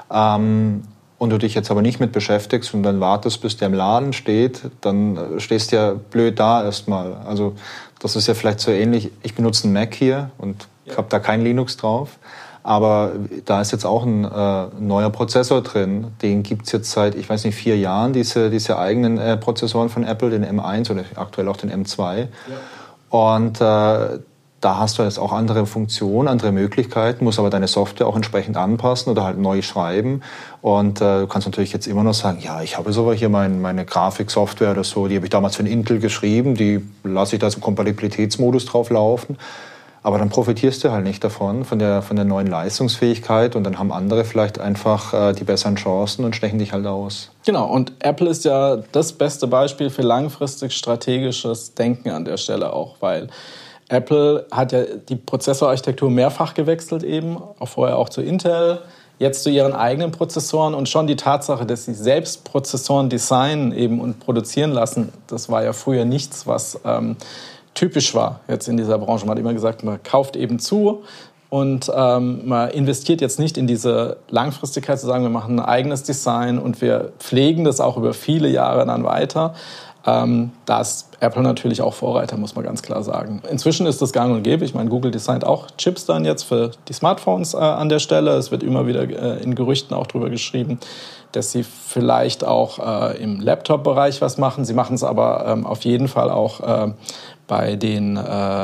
und du dich jetzt aber nicht mit beschäftigst und dann wartest, bis der im Laden steht, dann stehst du ja blöd da erstmal. Also das ist ja vielleicht so ähnlich. Ich benutze einen Mac hier und habe da kein Linux drauf. Aber da ist jetzt auch ein neuer Prozessor drin. Den gibt's jetzt seit, ich weiß nicht, 4 Jahren, diese eigenen Prozessoren von Apple, den M1 oder aktuell auch den M2. Ja. Und da hast du jetzt auch andere Funktionen, andere Möglichkeiten, musst aber deine Software auch entsprechend anpassen oder halt neu schreiben. Und du kannst natürlich jetzt immer noch sagen, ja, ich habe so hier meine Grafiksoftware oder so, die habe ich damals für den Intel geschrieben, die lasse ich da im Kompatibilitätsmodus drauf laufen. Aber dann profitierst du halt nicht davon, von der neuen Leistungsfähigkeit und dann haben andere vielleicht einfach die besseren Chancen und stechen dich halt aus. Genau, und Apple ist ja das beste Beispiel für langfristig strategisches Denken an der Stelle auch, weil Apple hat ja die Prozessorarchitektur mehrfach gewechselt eben, vorher auch zu Intel, jetzt zu ihren eigenen Prozessoren und schon die Tatsache, dass sie selbst Prozessoren designen eben und produzieren lassen, das war ja früher nichts, was typisch war jetzt in dieser Branche. Man hat immer gesagt, man kauft eben zu und man investiert jetzt nicht in diese Langfristigkeit zu sagen, wir machen ein eigenes Design und wir pflegen das auch über viele Jahre dann weiter. Da ist Apple natürlich auch Vorreiter, muss man ganz klar sagen. Inzwischen ist das gang und gäbe. Ich meine, Google designt auch Chips dann jetzt für die Smartphones an der Stelle. Es wird immer wieder in Gerüchten auch drüber geschrieben, dass sie vielleicht auch im Laptop-Bereich was machen. Sie machen es aber auf jeden Fall auch bei den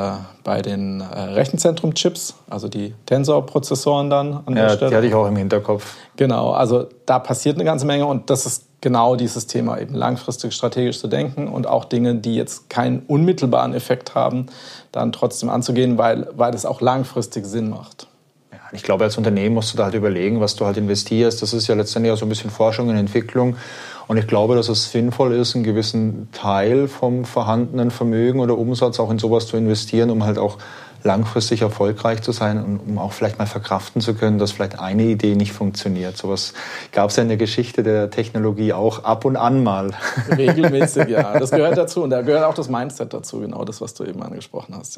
Rechenzentrum-Chips, also die Tensor-Prozessoren dann an der Stelle. Die hatte ich auch im Hinterkopf. Genau, also da passiert eine ganze Menge und das ist genau dieses Thema, eben langfristig strategisch zu denken und auch Dinge, die jetzt keinen unmittelbaren Effekt haben, dann trotzdem anzugehen, weil es auch langfristig Sinn macht. Ja, ich glaube, als Unternehmen musst du da halt überlegen, was du halt investierst. Das ist ja letztendlich auch so ein bisschen Forschung und Entwicklung. Und ich glaube, dass es sinnvoll ist, einen gewissen Teil vom vorhandenen Vermögen oder Umsatz auch in sowas zu investieren, um halt auch langfristig erfolgreich zu sein und um auch vielleicht mal verkraften zu können, dass vielleicht eine Idee nicht funktioniert. Sowas gab es ja in der Geschichte der Technologie auch ab und an mal. Regelmäßig, ja. Das gehört dazu und da gehört auch das Mindset dazu, genau das, was du eben angesprochen hast.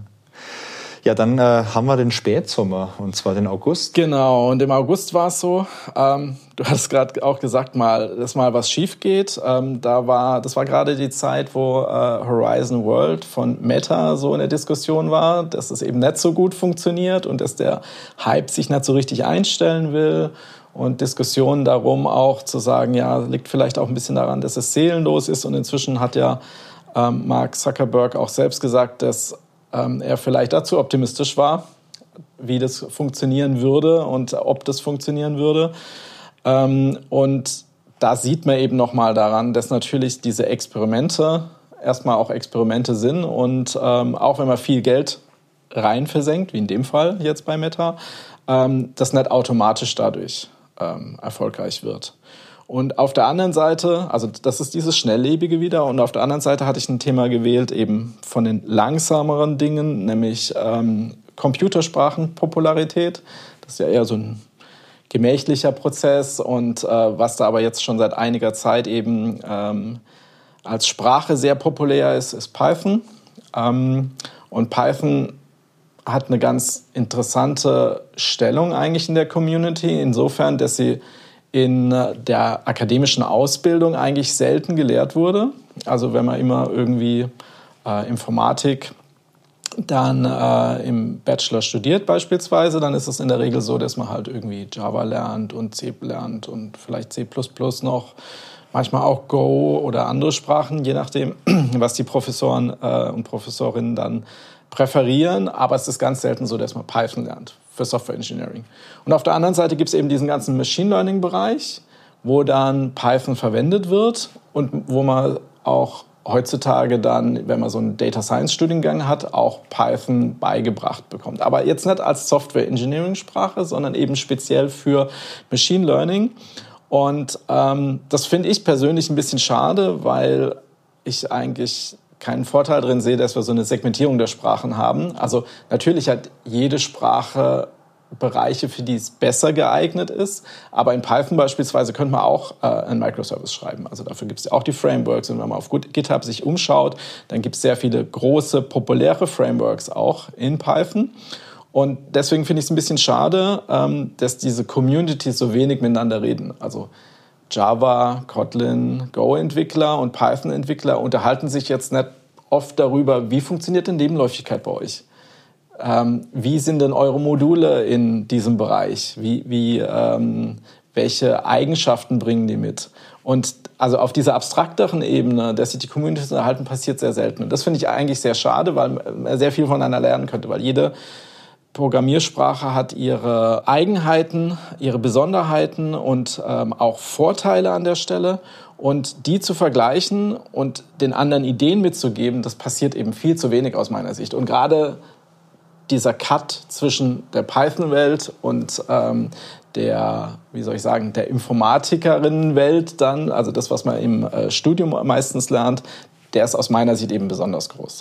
Ja, dann haben wir den Spätsommer, und zwar den August. Genau, und im August war es so, du hast gerade auch gesagt, dass mal was schief geht. Das war gerade die Zeit, wo Horizon World von Meta so in der Diskussion war, dass es eben nicht so gut funktioniert und dass der Hype sich nicht so richtig einstellen will. Und Diskussionen darum auch zu sagen, ja, liegt vielleicht auch ein bisschen daran, dass es seelenlos ist. Und inzwischen hat ja Mark Zuckerberg auch selbst gesagt, dass er vielleicht dazu optimistisch war, wie das funktionieren würde und ob das funktionieren würde. Und da sieht man eben nochmal daran, dass natürlich diese Experimente erstmal auch Experimente sind und auch wenn man viel Geld rein versenkt, wie in dem Fall jetzt bei Meta, das nicht automatisch dadurch erfolgreich wird. Und auf der anderen Seite, also das ist dieses Schnelllebige wieder, und auf der anderen Seite hatte ich ein Thema gewählt, eben von den langsameren Dingen, nämlich Computersprachenpopularität. Das ist ja eher so ein gemächlicher Prozess und was da aber jetzt schon seit einiger Zeit eben als Sprache sehr populär ist Python. Und Python hat eine ganz interessante Stellung eigentlich in der Community, insofern, dass sie in der akademischen Ausbildung eigentlich selten gelehrt wurde. Also wenn man immer irgendwie Informatik dann im Bachelor studiert beispielsweise, dann ist es in der Regel so, dass man halt irgendwie Java lernt und C lernt und vielleicht C++ noch, manchmal auch Go oder andere Sprachen, je nachdem, was die Professoren und Professorinnen dann präferieren. Aber es ist ganz selten so, dass man Python lernt für Software Engineering. Und auf der anderen Seite gibt es eben diesen ganzen Machine Learning Bereich, wo dann Python verwendet wird und wo man auch heutzutage dann, wenn man so einen Data Science Studiengang hat, auch Python beigebracht bekommt. Aber jetzt nicht als Software Engineering Sprache, sondern eben speziell für Machine Learning. Und das finde ich persönlich ein bisschen schade, weil ich eigentlich keinen Vorteil drin sehe, dass wir so eine Segmentierung der Sprachen haben. Also natürlich hat jede Sprache Bereiche, für die es besser geeignet ist. Aber in Python beispielsweise könnte man auch einen Microservice schreiben. Also dafür gibt es ja auch die Frameworks. Und wenn man auf GitHub sich umschaut, dann gibt es sehr viele große, populäre Frameworks auch in Python. Und deswegen finde ich es ein bisschen schade, dass diese Communities so wenig miteinander reden. Also Java, Kotlin, Go-Entwickler und Python-Entwickler unterhalten sich jetzt nicht oft darüber, wie funktioniert denn Nebenläufigkeit bei euch? Wie sind denn eure Module in diesem Bereich? Welche Eigenschaften bringen die mit? Und also auf dieser abstrakteren Ebene, dass sich die Communities unterhalten, passiert sehr selten. Und das finde ich eigentlich sehr schade, weil man sehr viel voneinander lernen könnte, weil jede Programmiersprache hat ihre Eigenheiten, ihre Besonderheiten und auch Vorteile an der Stelle. Und die zu vergleichen und den anderen Ideen mitzugeben, das passiert eben viel zu wenig aus meiner Sicht. Und gerade dieser Cut zwischen der Python-Welt und der Informatikerinnen-Welt dann, also das, was man im Studium meistens lernt, der ist aus meiner Sicht eben besonders groß.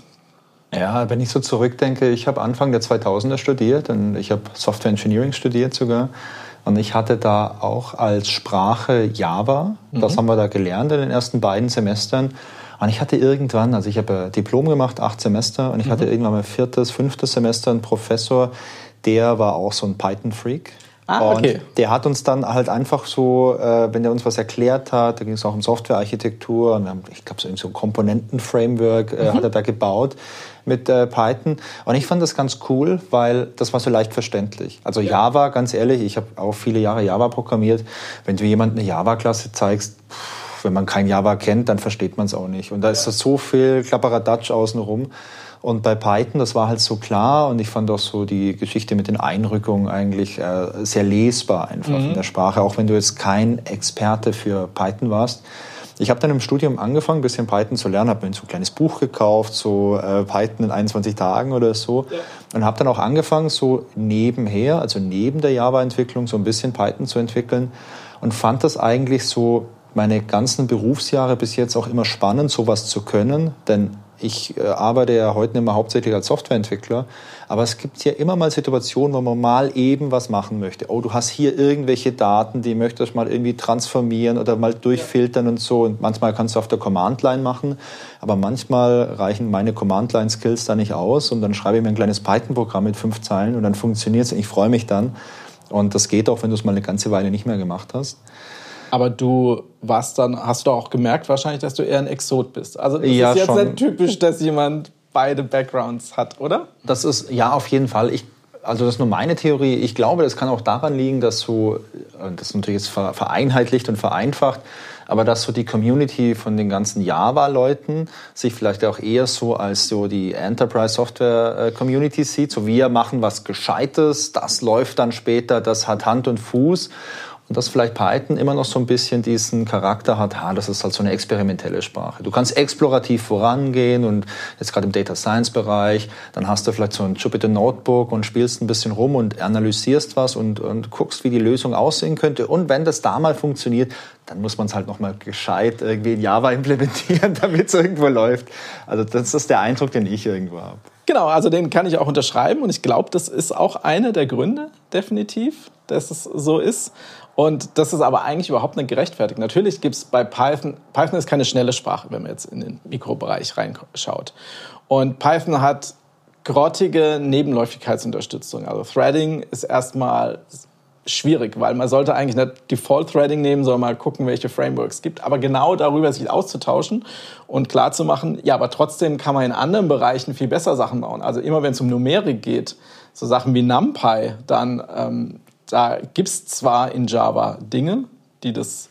Ja, wenn ich so zurückdenke, ich habe Anfang der 2000er studiert und ich habe Software Engineering studiert sogar. Und ich hatte da auch als Sprache Java. Das haben wir da gelernt in den ersten beiden Semestern. Und ich hatte irgendwann, also ich habe Diplom gemacht, 8 Semester, und ich hatte irgendwann mal 4., 5. Semester einen Professor, der war auch so ein Python-Freak. Okay. Und der hat uns dann halt einfach so, wenn er uns was erklärt hat, da ging es auch um Softwarearchitektur, und ich glaube, so ein Komponenten-Framework hat er da gebaut mit Python. Und ich fand das ganz cool, weil das war so leicht verständlich. Also Java, ganz ehrlich, ich habe auch viele Jahre Java programmiert. Wenn du jemandem eine Java-Klasse zeigst, wenn man kein Java kennt, dann versteht man es auch nicht. Und da ist so viel Klapperadatsch außenrum. Und bei Python, das war halt so klar, und ich fand auch so die Geschichte mit den Einrückungen eigentlich sehr lesbar einfach in der Sprache, auch wenn du jetzt kein Experte für Python warst. Ich habe dann im Studium angefangen, ein bisschen Python zu lernen, habe mir so ein kleines Buch gekauft, so Python in 21 Tagen oder so, und habe dann auch angefangen, so nebenher, also neben der Java-Entwicklung, so ein bisschen Python zu entwickeln, und fand das eigentlich so meine ganzen Berufsjahre bis jetzt auch immer spannend, sowas zu können, denn ich arbeite ja heute nicht mehr hauptsächlich als Softwareentwickler, aber es gibt ja immer mal Situationen, wo man mal eben was machen möchte. Oh, du hast hier irgendwelche Daten, die möchtest du mal irgendwie transformieren oder mal durchfiltern und so. Und manchmal kannst du auf der Command-Line machen, aber manchmal reichen meine Command-Line-Skills da nicht aus, und dann schreibe ich mir ein kleines Python-Programm mit 5 Zeilen und dann funktioniert es. Ich freue mich dann, und das geht auch, wenn du es mal eine ganze Weile nicht mehr gemacht hast. Aber du hast du doch auch gemerkt wahrscheinlich, dass du eher ein Exot bist. Also das ja, ist jetzt schon nicht typisch, dass jemand beide Backgrounds hat, oder? Das ist, ja, auf jeden Fall. Also das ist nur meine Theorie. Ich glaube, das kann auch daran liegen, dass so, das ist natürlich jetzt vereinheitlicht und vereinfacht, aber dass so die Community von den ganzen Java-Leuten sich vielleicht auch eher so als so die Enterprise-Software-Community sieht. So, wir machen was Gescheites, das läuft dann später, das hat Hand und Fuß. Und dass vielleicht Python immer noch so ein bisschen diesen Charakter hat, das ist halt so eine experimentelle Sprache. Du kannst explorativ vorangehen, und jetzt gerade im Data Science Bereich, dann hast du vielleicht so ein Jupyter Notebook und spielst ein bisschen rum und analysierst was und guckst, wie die Lösung aussehen könnte. Und wenn das da mal funktioniert, dann muss man es halt nochmal gescheit irgendwie in Java implementieren, damit es irgendwo läuft. Also das ist der Eindruck, den ich irgendwo habe. Genau, also den kann ich auch unterschreiben, und ich glaube, das ist auch einer der Gründe, definitiv, dass es so ist. Und das ist aber eigentlich überhaupt nicht gerechtfertigt. Natürlich gibt es bei Python ist keine schnelle Sprache, wenn man jetzt in den Mikrobereich reinschaut. Und Python hat grottige Nebenläufigkeitsunterstützung. Also Threading ist erstmal schwierig, weil man sollte eigentlich nicht Default-Threading nehmen, sondern mal gucken, welche Frameworks es gibt. Aber genau darüber sich auszutauschen und klarzumachen, ja, aber trotzdem kann man in anderen viel besser Sachen bauen. Also immer wenn es um Numerik geht, so Sachen wie NumPy, dann da gibt es zwar in Java Dinge, die das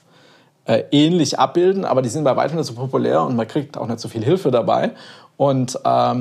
ähnlich abbilden, aber die sind bei weitem nicht so populär und man kriegt auch nicht so viel Hilfe dabei. Und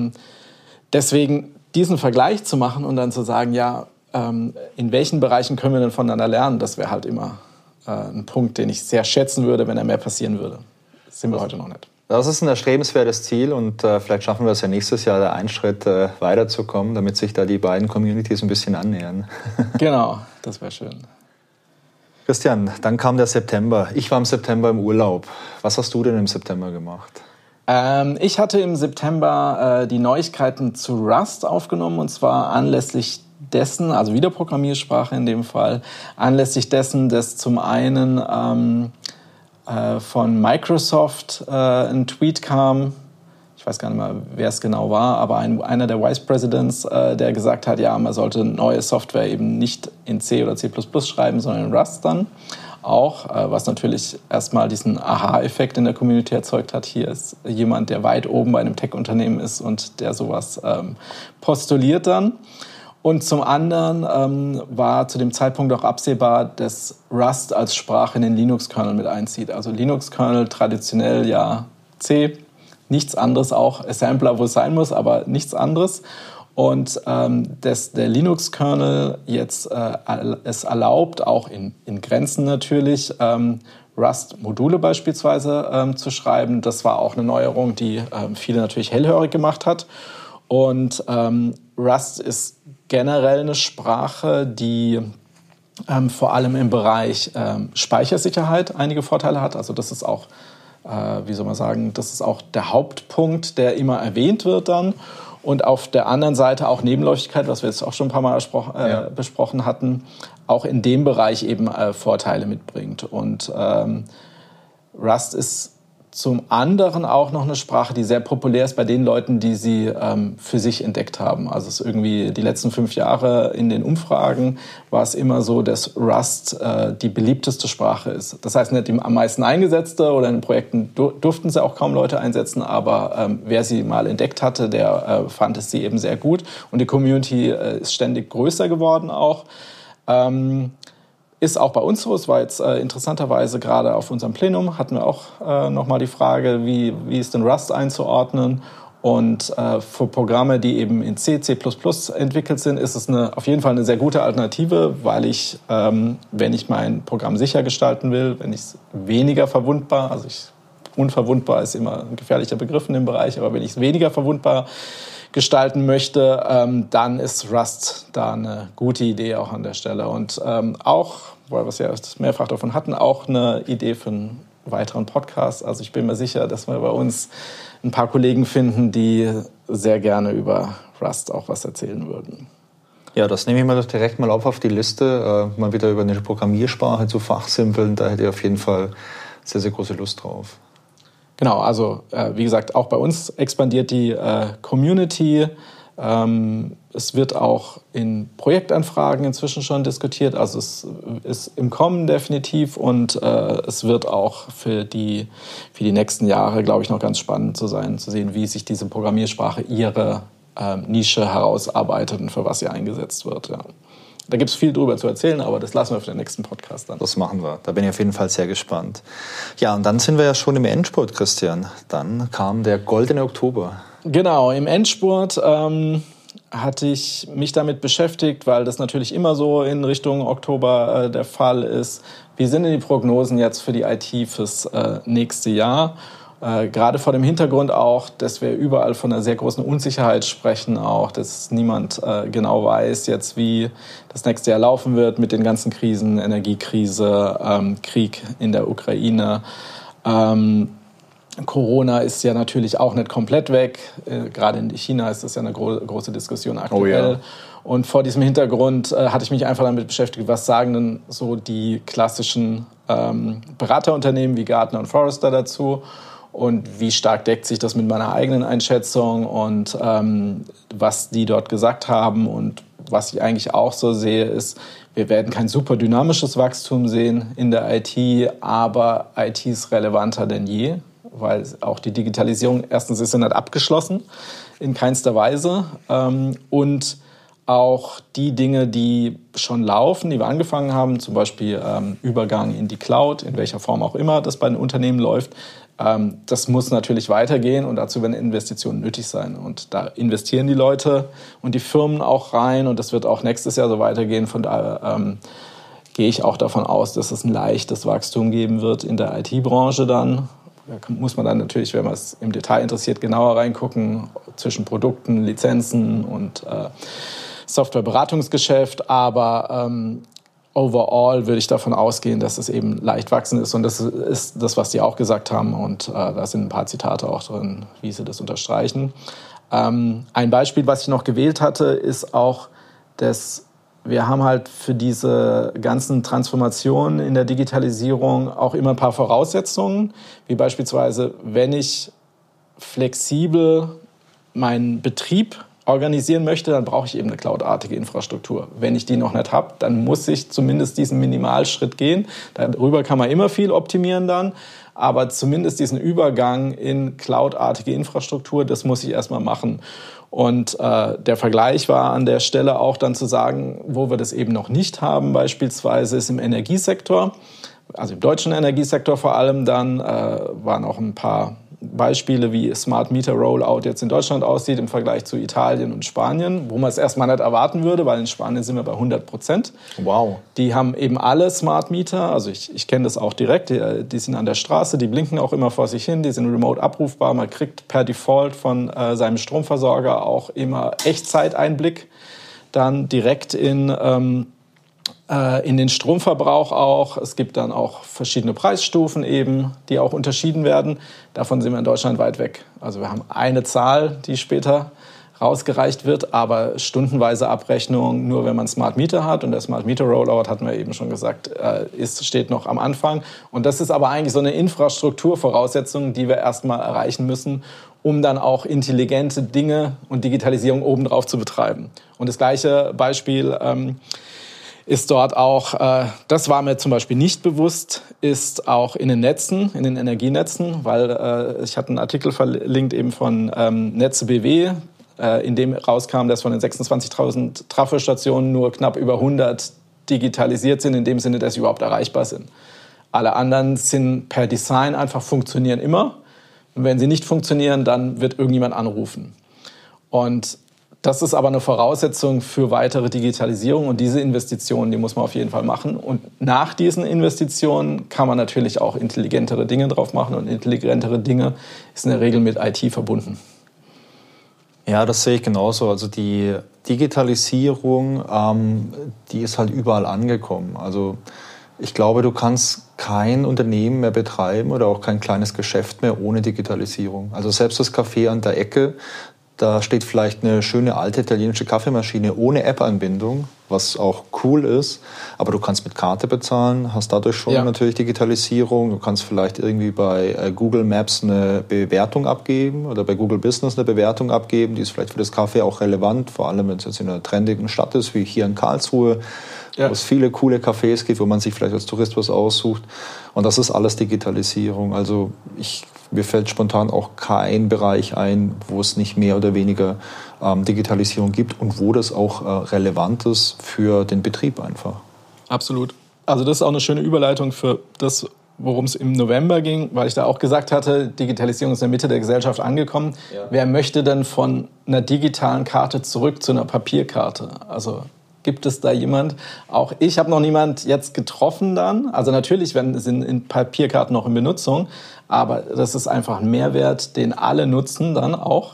deswegen diesen Vergleich zu machen und dann zu sagen, ja, in welchen Bereichen können wir denn voneinander lernen, das wäre halt immer ein Punkt, den ich sehr schätzen würde, wenn er mehr passieren würde. Das sind wir heute noch nicht. Das ist ein erstrebenswertes Ziel und vielleicht schaffen wir es ja nächstes Jahr, da einen Schritt weiterzukommen, damit sich da die beiden Communities ein bisschen annähern. Genau, das wäre schön. Christian, dann kam der September. Ich war im September im Urlaub. Was hast du denn im September gemacht? Ich hatte im September die Neuigkeiten zu Rust aufgenommen, und zwar anlässlich dessen, also wieder Programmiersprache in dem Fall, anlässlich dessen, dass zum einen von Microsoft ein Tweet kam, ich weiß gar nicht mehr, wer es genau war, aber einer der Vice Presidents, der gesagt hat, ja, man sollte neue Software eben nicht in C oder C++ schreiben, sondern in Rust dann auch, was natürlich erstmal diesen Aha-Effekt in der Community erzeugt hat. Hier ist jemand, der weit oben bei einem Tech-Unternehmen ist und der sowas postuliert dann. Und zum anderen war zu dem Zeitpunkt auch absehbar, dass Rust als Sprache in den Linux-Kernel mit einzieht. Also Linux-Kernel traditionell ja C, nichts anderes, auch Assembler, wo es sein muss, aber nichts anderes. Und dass der Linux-Kernel jetzt es erlaubt, auch in Grenzen natürlich, Rust-Module beispielsweise zu schreiben, das war auch eine Neuerung, die viele natürlich hellhörig gemacht hat. Und Rust ist generell eine Sprache, die vor allem im Bereich Speichersicherheit einige Vorteile hat. Also das ist auch, wie soll man sagen, das ist auch der Hauptpunkt, der immer erwähnt wird dann. Und auf der anderen Seite auch Nebenläufigkeit, was wir jetzt auch schon ein paar Mal besprochen hatten, auch in dem Bereich eben Vorteile mitbringt. Und Rust ist zum anderen auch noch eine Sprache, die sehr populär ist bei den Leuten, die sie für sich entdeckt haben. Also es ist irgendwie die letzten 5 Jahre in den Umfragen war es immer so, dass Rust die beliebteste Sprache ist. Das heißt nicht die am meisten eingesetzte, oder in den Projekten durften sie auch kaum Leute einsetzen, aber wer sie mal entdeckt hatte, der fand es sie eben sehr gut. Und die Community ist ständig größer geworden auch. Ist auch bei uns so. Es war jetzt interessanterweise gerade auf unserem Plenum, hatten wir auch nochmal die Frage, wie ist denn Rust einzuordnen? Und für Programme, die eben in C, C++ entwickelt sind, ist es auf jeden Fall eine sehr gute Alternative, weil ich, wenn ich mein Programm sicher gestalten will, wenn ich es weniger verwundbar, unverwundbar ist immer ein gefährlicher Begriff in dem Bereich, aber wenn ich es weniger verwundbar gestalten möchte, dann ist Rust da eine gute Idee auch an der Stelle. Und auch, weil wir es ja mehrfach davon hatten, auch eine Idee für einen weiteren Podcast. Also ich bin mir sicher, dass wir bei uns ein paar Kollegen finden, die sehr gerne über Rust auch was erzählen würden. Ja, das nehme ich mir direkt mal auf die Liste, mal wieder über eine Programmiersprache zu fachsimpeln. Da hätte ich auf jeden Fall sehr, sehr große Lust drauf. Genau, also wie gesagt, auch bei uns expandiert die Community. Es wird auch in Projektanfragen inzwischen schon diskutiert. Also es ist im Kommen definitiv, und es wird auch für die nächsten Jahre, glaube ich, noch ganz spannend zu sehen, wie sich diese Programmiersprache ihre Nische herausarbeitet und für was sie eingesetzt wird. Ja. Da gibt es viel drüber zu erzählen, aber das lassen wir für den nächsten Podcast dann. Das machen wir. Da bin ich auf jeden Fall sehr gespannt. Ja, und dann sind wir ja schon im Endspurt, Christian. Dann kam der goldene Oktober. Genau, im Endspurt hatte ich mich damit beschäftigt, weil das natürlich immer so in Richtung Oktober der Fall ist. Wie sind denn die Prognosen jetzt für die IT fürs nächste Jahr? Gerade vor dem Hintergrund auch, dass wir überall von einer sehr großen Unsicherheit sprechen, auch, dass niemand genau weiß jetzt, wie das nächste Jahr laufen wird mit den ganzen Krisen, Energiekrise, Krieg in der Ukraine. Corona ist ja natürlich auch nicht komplett weg. Gerade in China ist das ja eine große Diskussion aktuell. Oh ja. Und vor diesem Hintergrund hatte ich mich einfach damit beschäftigt, was sagen denn so die klassischen Beraterunternehmen wie Gartner und Forrester dazu? Und wie stark deckt sich das mit meiner eigenen Einschätzung und was die dort gesagt haben. Und was ich eigentlich auch so sehe, ist, wir werden kein super dynamisches Wachstum sehen in der IT, aber IT ist relevanter denn je, weil auch die Digitalisierung, erstens ist sie nicht abgeschlossen, in keinster Weise. Und auch die Dinge, die schon laufen, die wir angefangen haben, zum Beispiel Übergang in die Cloud, in welcher Form auch immer das bei den Unternehmen läuft, das muss natürlich weitergehen, und dazu werden Investitionen nötig sein. Und da investieren die Leute und die Firmen auch rein, und das wird auch nächstes Jahr so weitergehen. Von daher gehe ich auch davon aus, dass es ein leichtes Wachstum geben wird in der IT-Branche dann. Da muss man dann natürlich, wenn man es im Detail interessiert, genauer reingucken zwischen Produkten, Lizenzen und Softwareberatungsgeschäft. Aber overall würde ich davon ausgehen, dass es eben leicht wachsend ist. Und das ist das, was die auch gesagt haben. Und da sind ein paar Zitate auch drin, wie sie das unterstreichen. Ein Beispiel, was ich noch gewählt hatte, ist auch, dass wir haben halt für diese ganzen Transformationen in der Digitalisierung auch immer ein paar Voraussetzungen, wie beispielsweise, wenn ich flexibel meinen Betrieb organisieren möchte, dann brauche ich eben eine cloudartige Infrastruktur. Wenn ich die noch nicht habe, dann muss ich zumindest diesen Minimalschritt gehen. Darüber kann man immer viel optimieren dann, aber zumindest diesen Übergang in cloudartige Infrastruktur, das muss ich erstmal machen. Und der Vergleich war an der Stelle auch dann zu sagen, wo wir das eben noch nicht haben, beispielsweise ist im Energiesektor, also im deutschen Energiesektor vor allem, dann waren auch ein paar Beispiele, wie Smart Meter Rollout jetzt in Deutschland aussieht im Vergleich zu Italien und Spanien, wo man es erstmal nicht erwarten würde, weil in Spanien sind wir bei 100%. Wow. Die haben eben alle Smart Meter, also ich kenne das auch direkt, die sind an der Straße, die blinken auch immer vor sich hin, die sind remote abrufbar, man kriegt per Default von seinem Stromversorger auch immer Echtzeiteinblick, dann direkt in den Stromverbrauch auch. Es gibt dann auch verschiedene Preisstufen eben, die auch unterschieden werden. Davon sind wir in Deutschland weit weg. Also wir haben eine Zahl, die später rausgereicht wird, aber stundenweise Abrechnung nur, wenn man Smart Meter hat. Und der Smart Meter Rollout, hatten wir eben schon gesagt, steht noch am Anfang. Und das ist aber eigentlich so eine Infrastrukturvoraussetzung, die wir erstmal erreichen müssen, um dann auch intelligente Dinge und Digitalisierung obendrauf zu betreiben. Und das gleiche Beispiel ist dort auch, das war mir zum Beispiel nicht bewusst, ist auch in den Netzen, in den Energienetzen, weil ich hatte einen Artikel verlinkt eben von Netze BW, in dem rauskam, dass von den 26.000 Trafostationen nur knapp über 100 digitalisiert sind, in dem Sinne, dass sie überhaupt erreichbar sind. Alle anderen sind per Design einfach funktionieren immer. Und wenn sie nicht funktionieren, dann wird irgendjemand anrufen. Und das ist aber eine Voraussetzung für weitere Digitalisierung und diese Investitionen, die muss man auf jeden Fall machen. Und nach diesen Investitionen kann man natürlich auch intelligentere Dinge drauf machen und intelligentere Dinge ist in der Regel mit IT verbunden. Ja, das sehe ich genauso. Also die Digitalisierung, die ist halt überall angekommen. Also ich glaube, du kannst kein Unternehmen mehr betreiben oder auch kein kleines Geschäft mehr ohne Digitalisierung. Also selbst das Café an der Ecke, da steht vielleicht eine schöne alte italienische Kaffeemaschine ohne App-Anbindung, was auch cool ist. Aber du kannst mit Karte bezahlen, hast dadurch schon natürlich Digitalisierung. Du kannst vielleicht irgendwie bei Google Maps eine Bewertung abgeben oder bei Google Business eine Bewertung abgeben. Die ist vielleicht für das Café auch relevant, vor allem wenn es jetzt in einer trendigen Stadt ist, wie hier in Karlsruhe, wo es viele coole Cafés gibt, wo man sich vielleicht als Tourist was aussucht. Und das ist alles Digitalisierung. Also mir fällt spontan auch kein Bereich ein, wo es nicht mehr oder weniger Digitalisierung gibt und wo das auch relevant ist für den Betrieb einfach. Absolut. Also das ist auch eine schöne Überleitung für das, worum es im November ging, weil ich da auch gesagt hatte, Digitalisierung ist in der Mitte der Gesellschaft angekommen. Ja. Wer möchte denn von einer digitalen Karte zurück zu einer Papierkarte? Also gibt es da jemand? Auch ich habe noch niemand jetzt getroffen dann. Also natürlich sind in Papierkarten noch in Benutzung, aber das ist einfach ein Mehrwert, den alle nutzen dann auch.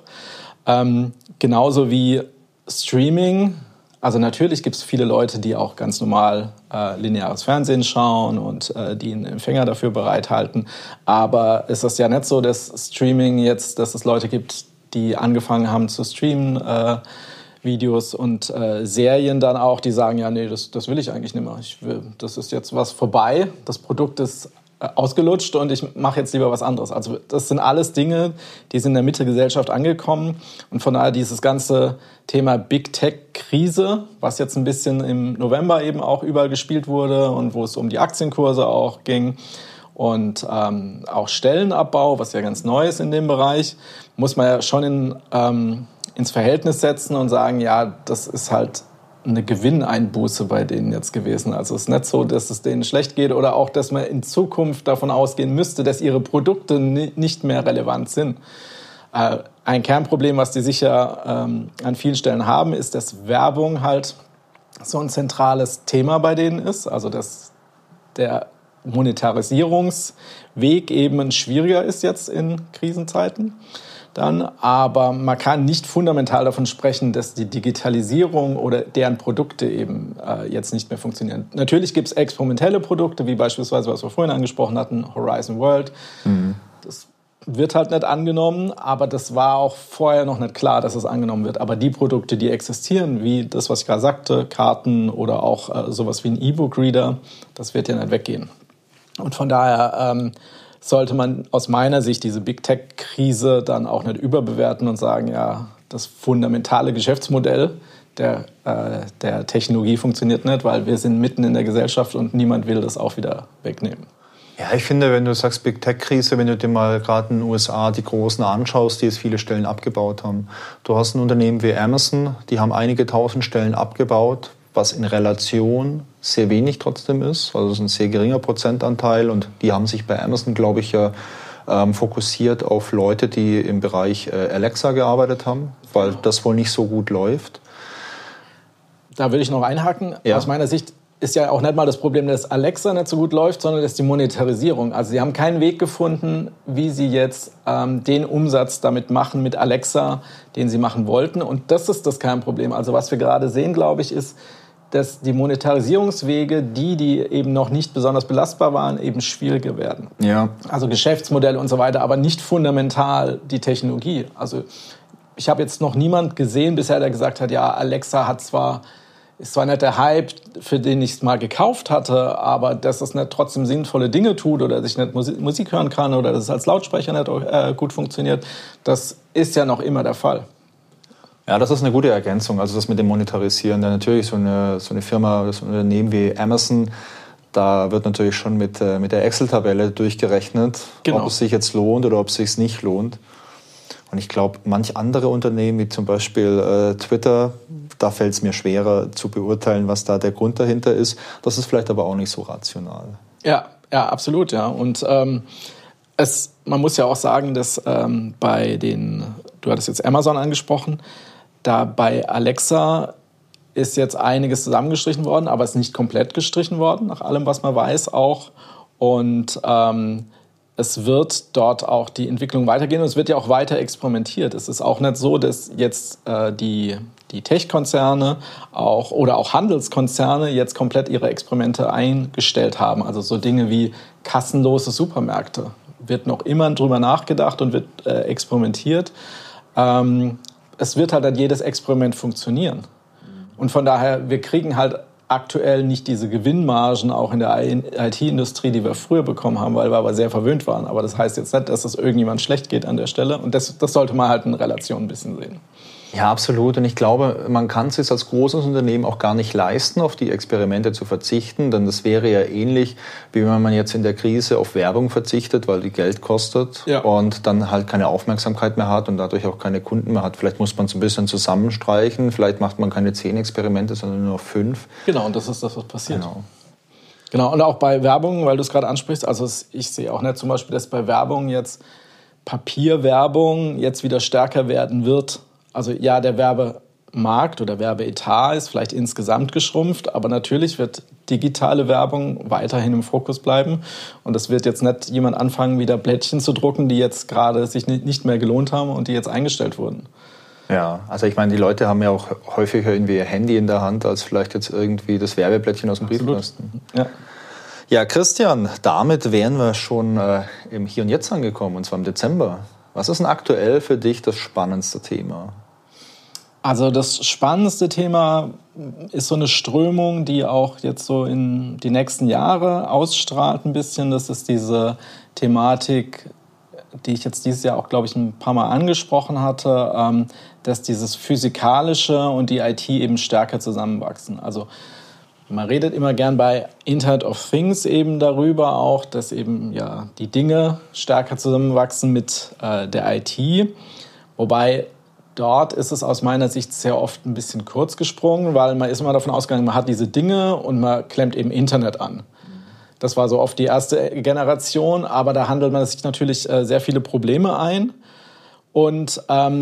Genauso wie Streaming. Also natürlich gibt es viele Leute, die auch ganz normal lineares Fernsehen schauen und die einen Empfänger dafür bereithalten. Aber es ist ja nicht so, dass Streaming jetzt, dass es Leute gibt, die angefangen haben zu streamen, Videos und Serien dann auch, die sagen, ja, nee, das will ich eigentlich nicht mehr. Das ist jetzt was vorbei, das Produkt ist ausgelutscht und ich mache jetzt lieber was anderes. Also das sind alles Dinge, die sind in der Mitte der Gesellschaft angekommen und von daher dieses ganze Thema Big Tech-Krise, was jetzt ein bisschen im November eben auch überall gespielt wurde und wo es um die Aktienkurse auch ging und auch Stellenabbau, was ja ganz neu ist in dem Bereich, muss man ja schon ins Verhältnis setzen und sagen, ja, das ist halt eine Gewinneinbuße bei denen jetzt gewesen. Also es ist nicht so, dass es denen schlecht geht oder auch, dass man in Zukunft davon ausgehen müsste, dass ihre Produkte nicht mehr relevant sind. Ein Kernproblem, was die sicher an vielen Stellen haben, ist, dass Werbung halt so ein zentrales Thema bei denen ist. Also dass Monetarisierungsweg eben schwieriger ist jetzt in Krisenzeiten. Aber man kann nicht fundamental davon sprechen, dass die Digitalisierung oder deren Produkte eben jetzt nicht mehr funktionieren. Natürlich gibt es experimentelle Produkte, wie beispielsweise, was wir vorhin angesprochen hatten, Horizon World. Das wird halt nicht angenommen, aber das war auch vorher noch nicht klar, dass es angenommen wird. Aber die Produkte, die existieren, wie das, was ich gerade sagte, Karten oder auch sowas wie ein E-Book-Reader, das wird ja nicht weggehen. Und von daher sollte man aus meiner Sicht diese Big-Tech-Krise dann auch nicht überbewerten und sagen, ja, das fundamentale Geschäftsmodell der Technologie funktioniert nicht, weil wir sind mitten in der Gesellschaft und niemand will das auch wieder wegnehmen. Ja, ich finde, wenn du sagst Big-Tech-Krise, wenn du dir mal gerade in den USA die Großen anschaust, die jetzt viele Stellen abgebaut haben. Du hast ein Unternehmen wie Amazon, die haben einige tausend Stellen abgebaut, was in Relation sehr wenig trotzdem ist. Also es ist ein sehr geringer Prozentanteil und die haben sich bei Amazon, glaube ich, ja fokussiert auf Leute, die im Bereich Alexa gearbeitet haben, weil das wohl nicht so gut läuft. Da will ich noch einhaken. Ja. Aus meiner Sicht ist ja auch nicht mal das Problem, dass Alexa nicht so gut läuft, sondern dass die Monetarisierung. Also sie haben keinen Weg gefunden, wie sie jetzt den Umsatz damit machen mit Alexa, den sie machen wollten. Und das ist das Kernproblem. Also was wir gerade sehen, glaube ich, ist, dass die Monetarisierungswege, die eben noch nicht besonders belastbar waren, eben schwieriger werden. Ja. Also Geschäftsmodelle und so weiter, aber nicht fundamental die Technologie. Also ich habe jetzt noch niemand gesehen bisher, der gesagt hat, ja, Alexa ist zwar nicht der Hype, für den ich es mal gekauft hatte, aber dass es nicht trotzdem sinnvolle Dinge tut oder dass ich nicht Musik hören kann oder dass es als Lautsprecher nicht gut funktioniert, das ist ja noch immer der Fall. Ja, das ist eine gute Ergänzung. Also das mit dem Monetarisieren. Denn natürlich so eine Firma, so ein Unternehmen wie Amazon, da wird natürlich schon mit der Excel-Tabelle durchgerechnet, genau, ob es sich jetzt lohnt oder ob es sich nicht lohnt. Und ich glaube, manch andere Unternehmen, wie zum Beispiel Twitter, da fällt es mir schwerer zu beurteilen, was da der Grund dahinter ist. Das ist vielleicht aber auch nicht so rational. Ja, absolut, ja. Und man muss ja auch sagen, dass du hattest jetzt Amazon angesprochen, da bei Alexa ist jetzt einiges zusammengestrichen worden, aber es ist nicht komplett gestrichen worden, nach allem, was man weiß auch. Und es wird dort auch die Entwicklung weitergehen und es wird ja auch weiter experimentiert. Es ist auch nicht so, dass jetzt die Tech-Konzerne oder auch Handelskonzerne jetzt komplett ihre Experimente eingestellt haben. Also so Dinge wie kassenlose Supermärkte. Wird noch immer drüber nachgedacht und wird experimentiert. Es wird halt jedes Experiment funktionieren. Und von daher, wir kriegen halt aktuell nicht diese Gewinnmargen auch in der IT-Industrie, die wir früher bekommen haben, weil wir aber sehr verwöhnt waren. Aber das heißt jetzt nicht, dass es irgendjemand schlecht geht an der Stelle. Und das sollte man halt in Relation ein bisschen sehen. Ja, absolut. Und ich glaube, man kann es jetzt als großes Unternehmen auch gar nicht leisten, auf die Experimente zu verzichten. Denn das wäre ja ähnlich, wie wenn man jetzt in der Krise auf Werbung verzichtet, weil die Geld kostet, ja, und dann halt keine Aufmerksamkeit mehr hat und dadurch auch keine Kunden mehr hat. Vielleicht muss man es ein bisschen zusammenstreichen. Vielleicht macht man keine 10 Experimente, sondern nur 5. Genau, und das ist das, was passiert. Genau, und auch bei Werbung, weil du es gerade ansprichst, also ich sehe auch nicht zum Beispiel, dass bei Werbung jetzt Papierwerbung jetzt wieder stärker werden wird. Also ja, der Werbemarkt oder Werbeetat ist vielleicht insgesamt geschrumpft, aber natürlich wird digitale Werbung weiterhin im Fokus bleiben. Und es wird jetzt nicht jemand anfangen, wieder Blättchen zu drucken, die jetzt gerade sich nicht mehr gelohnt haben und die jetzt eingestellt wurden. Ja, also ich meine, die Leute haben ja auch häufiger irgendwie ihr Handy in der Hand, als vielleicht jetzt irgendwie das Werbeblättchen aus dem Briefkasten. Ja, Christian, damit wären wir schon im Hier und Jetzt angekommen, und zwar im Dezember. Was ist denn aktuell für dich das spannendste Thema? Also das spannendste Thema ist so eine Strömung, die auch jetzt so in die nächsten Jahre ausstrahlt ein bisschen. Das ist diese Thematik, die ich jetzt dieses Jahr auch, glaube ich, ein paar Mal angesprochen hatte, dass dieses Physikalische und die IT eben stärker zusammenwachsen. Also man redet immer gern bei Internet of Things eben darüber auch, dass eben ja die Dinge stärker zusammenwachsen mit der IT. Wobei dort ist es aus meiner Sicht sehr oft ein bisschen kurz gesprungen, weil man ist immer davon ausgegangen, man hat diese Dinge und man klemmt eben Internet an. Das war so oft die erste Generation, aber da handelt man sich natürlich sehr viele Probleme ein. Und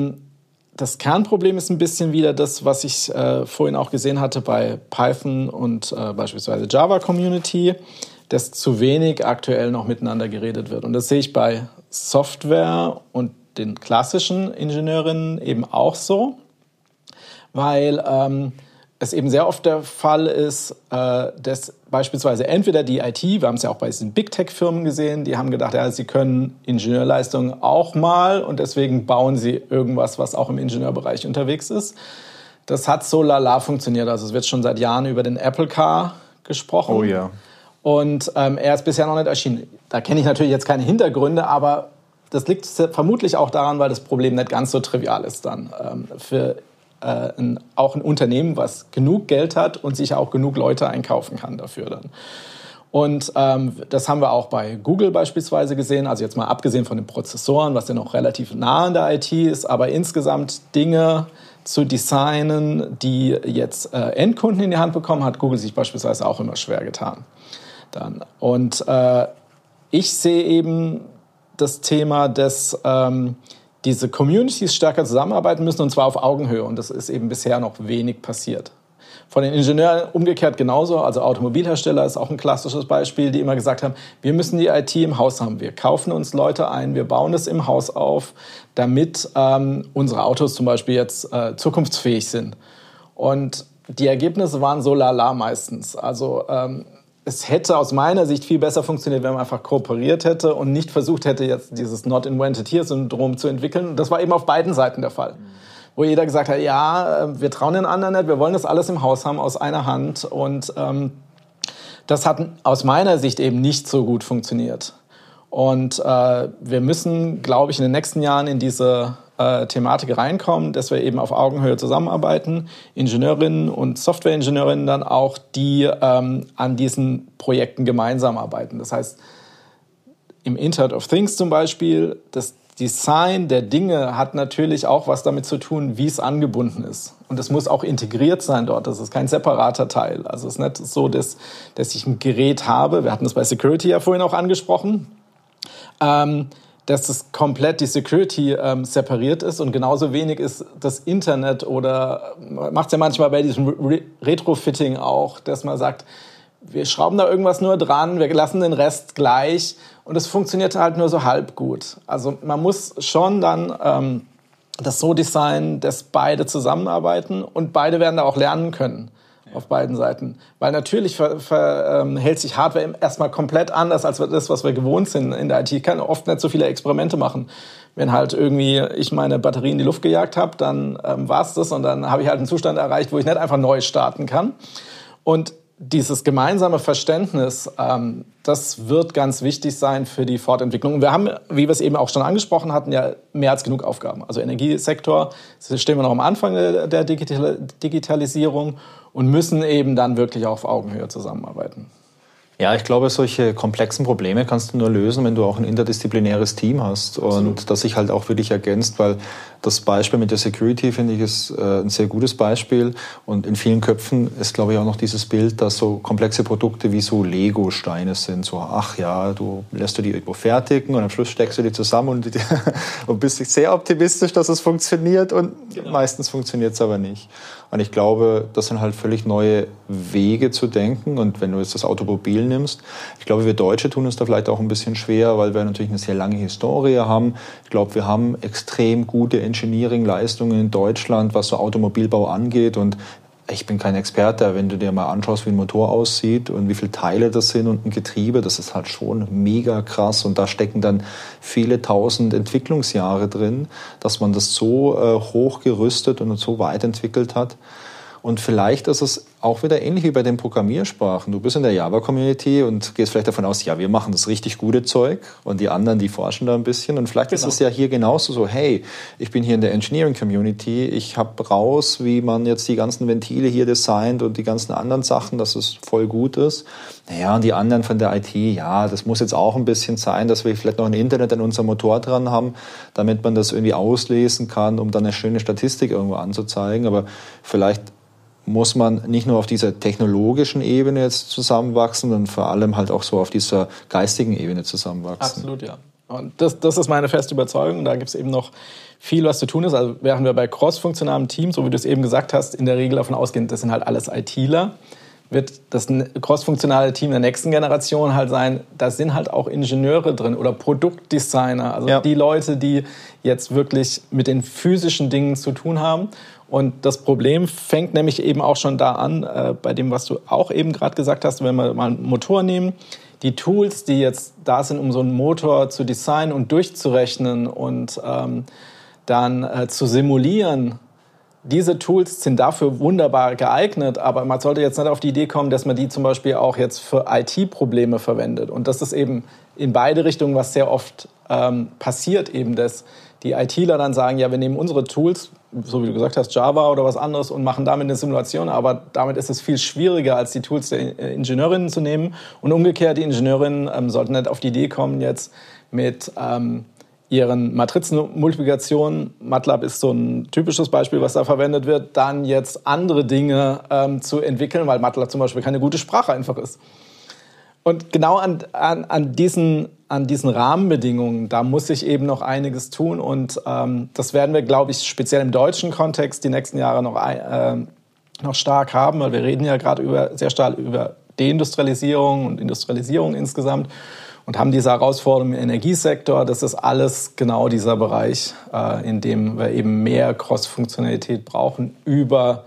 das Kernproblem ist ein bisschen wieder das, was ich vorhin auch gesehen hatte bei Python und beispielsweise Java Community, dass zu wenig aktuell noch miteinander geredet wird. Und das sehe ich bei Software und den klassischen Ingenieurinnen eben auch so, weil es eben sehr oft der Fall ist, dass beispielsweise entweder die IT, wir haben es ja auch bei diesen Big-Tech-Firmen gesehen, die haben gedacht, ja, sie können Ingenieurleistungen auch mal und deswegen bauen sie irgendwas, was auch im Ingenieurbereich unterwegs ist. Das hat so lala funktioniert. Also es wird schon seit Jahren über den Apple Car gesprochen. Oh ja. Und er ist bisher noch nicht erschienen. Da kenne ich natürlich jetzt keine Hintergründe, aber das liegt vermutlich auch daran, weil das Problem nicht ganz so trivial ist dann für auch ein Unternehmen, was genug Geld hat und sich auch genug Leute einkaufen kann dafür dann. Und das haben wir auch bei Google beispielsweise gesehen, also jetzt mal abgesehen von den Prozessoren, was ja noch relativ nah an der IT ist, aber insgesamt Dinge zu designen, die jetzt Endkunden in die Hand bekommen, hat Google sich beispielsweise auch immer schwer getan. Dann. Und ich sehe eben das Thema, dass diese Communities stärker zusammenarbeiten müssen, und zwar auf Augenhöhe. Und das ist eben bisher noch wenig passiert. Von den Ingenieuren umgekehrt genauso. Also Automobilhersteller ist auch ein klassisches Beispiel, die immer gesagt haben, wir müssen die IT im Haus haben. Wir kaufen uns Leute ein, wir bauen es im Haus auf, damit unsere Autos zum Beispiel jetzt zukunftsfähig sind. Und die Ergebnisse waren so lala meistens. Also es hätte aus meiner Sicht viel besser funktioniert, wenn man einfach kooperiert hätte und nicht versucht hätte, jetzt dieses Not-Invented-Here-Syndrom zu entwickeln. Das war eben auf beiden Seiten der Fall. Wo jeder gesagt hat, ja, wir trauen den anderen nicht, wir wollen das alles im Haus haben, aus einer Hand. Und das hat aus meiner Sicht eben nicht so gut funktioniert. Und wir müssen, glaube ich, in den nächsten Jahren in diese Thematik reinkommen, dass wir eben auf Augenhöhe zusammenarbeiten, Ingenieurinnen und Softwareingenieurinnen dann auch, die an diesen Projekten gemeinsam arbeiten. Das heißt, im Internet of Things zum Beispiel, das Design der Dinge hat natürlich auch was damit zu tun, wie es angebunden ist. Und es muss auch integriert sein dort. Das ist kein separater Teil. Also es ist nicht so, dass ich ein Gerät habe, wir hatten das bei Security ja vorhin auch angesprochen, dass es komplett die Security separiert ist, und genauso wenig ist das Internet, oder macht es ja manchmal bei diesem Retrofitting auch, dass man sagt, wir schrauben da irgendwas nur dran, wir lassen den Rest gleich, und es funktioniert halt nur so halb gut. Also man muss schon dann das so designen, dass beide zusammenarbeiten, und beide werden da auch lernen können. Auf beiden Seiten. Weil natürlich verhält sich Hardware erstmal komplett anders als das, was wir gewohnt sind in der IT. Ich kann oft nicht so viele Experimente machen. Wenn halt irgendwie ich meine Batterie in die Luft gejagt habe, dann war's das, und dann habe ich halt einen Zustand erreicht, wo ich nicht einfach neu starten kann. Und dieses gemeinsame Verständnis, das wird ganz wichtig sein für die Fortentwicklung. Und wir haben, wie wir es eben auch schon angesprochen hatten, ja mehr als genug Aufgaben. Also Energiesektor, stehen wir noch am Anfang der Digitalisierung und müssen eben dann wirklich auch auf Augenhöhe zusammenarbeiten. Ja, ich glaube, solche komplexen Probleme kannst du nur lösen, wenn du auch ein interdisziplinäres Team hast. Absolut. Und das sich halt auch wirklich ergänzt, weil das Beispiel mit der Security, finde ich, ist ein sehr gutes Beispiel. Und in vielen Köpfen ist, glaube ich, auch noch dieses Bild, dass so komplexe Produkte wie so Lego-Steine sind. So, ach ja, du lässt du die irgendwo fertigen und am Schluss steckst du die zusammen und bist sehr optimistisch, dass es funktioniert, und genau. Meistens funktioniert es aber nicht. Und ich glaube, das sind halt völlig neue Wege zu denken. Und wenn du jetzt das Automobil nimmst, ich glaube, wir Deutsche tun uns da vielleicht auch ein bisschen schwer, weil wir natürlich eine sehr lange Historie haben. Ich glaube, wir haben extrem gute Engineering-Leistungen in Deutschland, was so Automobilbau angeht. Und ich bin kein Experte, wenn du dir mal anschaust, wie ein Motor aussieht und wie viele Teile das sind und ein Getriebe, das ist halt schon mega krass. Und da stecken dann viele tausend Entwicklungsjahre drin, dass man das so hochgerüstet und so weit entwickelt hat. Und vielleicht ist es auch wieder ähnlich wie bei den Programmiersprachen. Du bist in der Java-Community und gehst vielleicht davon aus, ja, wir machen das richtig gute Zeug, und die anderen, die forschen da ein bisschen. Und vielleicht ist es ja hier genauso so, hey, ich bin hier in der Engineering-Community, ich habe raus, wie man jetzt die ganzen Ventile hier designt und die ganzen anderen Sachen, dass es voll gut ist. Naja, und die anderen von der IT, ja, das muss jetzt auch ein bisschen sein, dass wir vielleicht noch ein Internet an unserem Motor dran haben, damit man das irgendwie auslesen kann, um dann eine schöne Statistik irgendwo anzuzeigen. Aber vielleicht muss man nicht nur auf dieser technologischen Ebene jetzt zusammenwachsen, sondern vor allem halt auch so auf dieser geistigen Ebene zusammenwachsen. Absolut, ja. Und das ist meine feste Überzeugung. Da gibt es eben noch viel, was zu tun ist. Also während wir bei cross-funktionalen Teams, so wie du es eben gesagt hast, in der Regel davon ausgehen, das sind halt alles ITler, wird das crossfunktionale Team der nächsten Generation halt sein, da sind halt auch Ingenieure drin oder Produktdesigner, also die Leute, die jetzt wirklich mit den physischen Dingen zu tun haben. Und das Problem fängt nämlich eben auch schon da an, bei dem, was du auch eben gerade gesagt hast, wenn wir mal einen Motor nehmen, die Tools, die jetzt da sind, um so einen Motor zu designen und durchzurechnen und dann zu simulieren, diese Tools sind dafür wunderbar geeignet, aber man sollte jetzt nicht auf die Idee kommen, dass man die zum Beispiel auch jetzt für IT-Probleme verwendet. Und das ist eben in beide Richtungen, was sehr oft passiert, eben, dass die ITler dann sagen, ja, wir nehmen unsere Tools, so wie du gesagt hast, Java oder was anderes und machen damit eine Simulation, aber damit ist es viel schwieriger, als die Tools der Ingenieurinnen zu nehmen. Und umgekehrt, die Ingenieurinnen sollten nicht auf die Idee kommen, jetzt mit ihren Matrizenmultiplikationen, MATLAB ist so ein typisches Beispiel, was da verwendet wird, dann jetzt andere Dinge zu entwickeln, weil MATLAB zum Beispiel keine gute Sprache einfach ist. Und genau an diesen Rahmenbedingungen, da muss sich eben noch einiges tun und das werden wir, glaube ich, speziell im deutschen Kontext die nächsten Jahre noch stark haben, weil wir reden ja gerade sehr stark über Deindustrialisierung und Industrialisierung insgesamt. Und haben diese Herausforderungen im Energiesektor. Das ist alles genau dieser Bereich, in dem wir eben mehr Cross-Funktionalität brauchen, über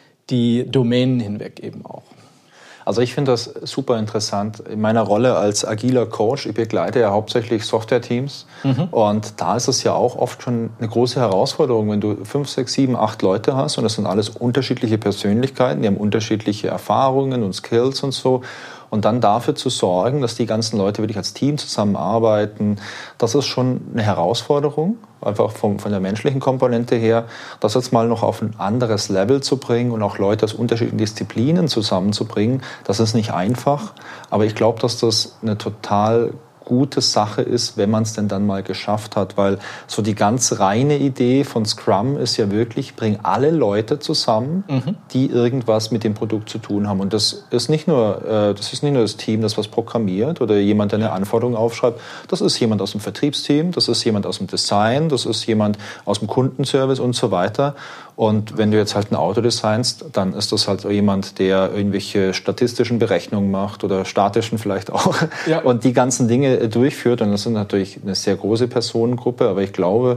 die Domänen hinweg eben auch. Also ich finde das super interessant. In meiner Rolle als agiler Coach, ich begleite ja hauptsächlich Software-Teams. Und da ist es ja auch oft schon eine große Herausforderung, wenn du 5, 6, 7, 8 Leute hast und das sind alles unterschiedliche Persönlichkeiten, die haben unterschiedliche Erfahrungen und Skills und so. Und dann dafür zu sorgen, dass die ganzen Leute wirklich als Team zusammenarbeiten, das ist schon eine Herausforderung, einfach von der menschlichen Komponente her, das jetzt mal noch auf ein anderes Level zu bringen und auch Leute aus unterschiedlichen Disziplinen zusammenzubringen, das ist nicht einfach. Aber ich glaube, dass das eine total gute Sache ist, wenn man es denn dann mal geschafft hat, weil so die ganz reine Idee von Scrum ist ja wirklich, bring alle Leute zusammen, die irgendwas mit dem Produkt zu tun haben. Und das ist nicht nur das Team, das was programmiert oder jemand, der eine Anforderung aufschreibt. Das ist jemand aus dem Vertriebsteam, das ist jemand aus dem Design, das ist jemand aus dem Kundenservice und so weiter. Und wenn du jetzt halt ein Auto designst, dann ist das halt jemand, der irgendwelche statistischen Berechnungen macht oder statischen vielleicht auch und die ganzen Dinge durchführt. Und das sind natürlich eine sehr große Personengruppe, aber ich glaube,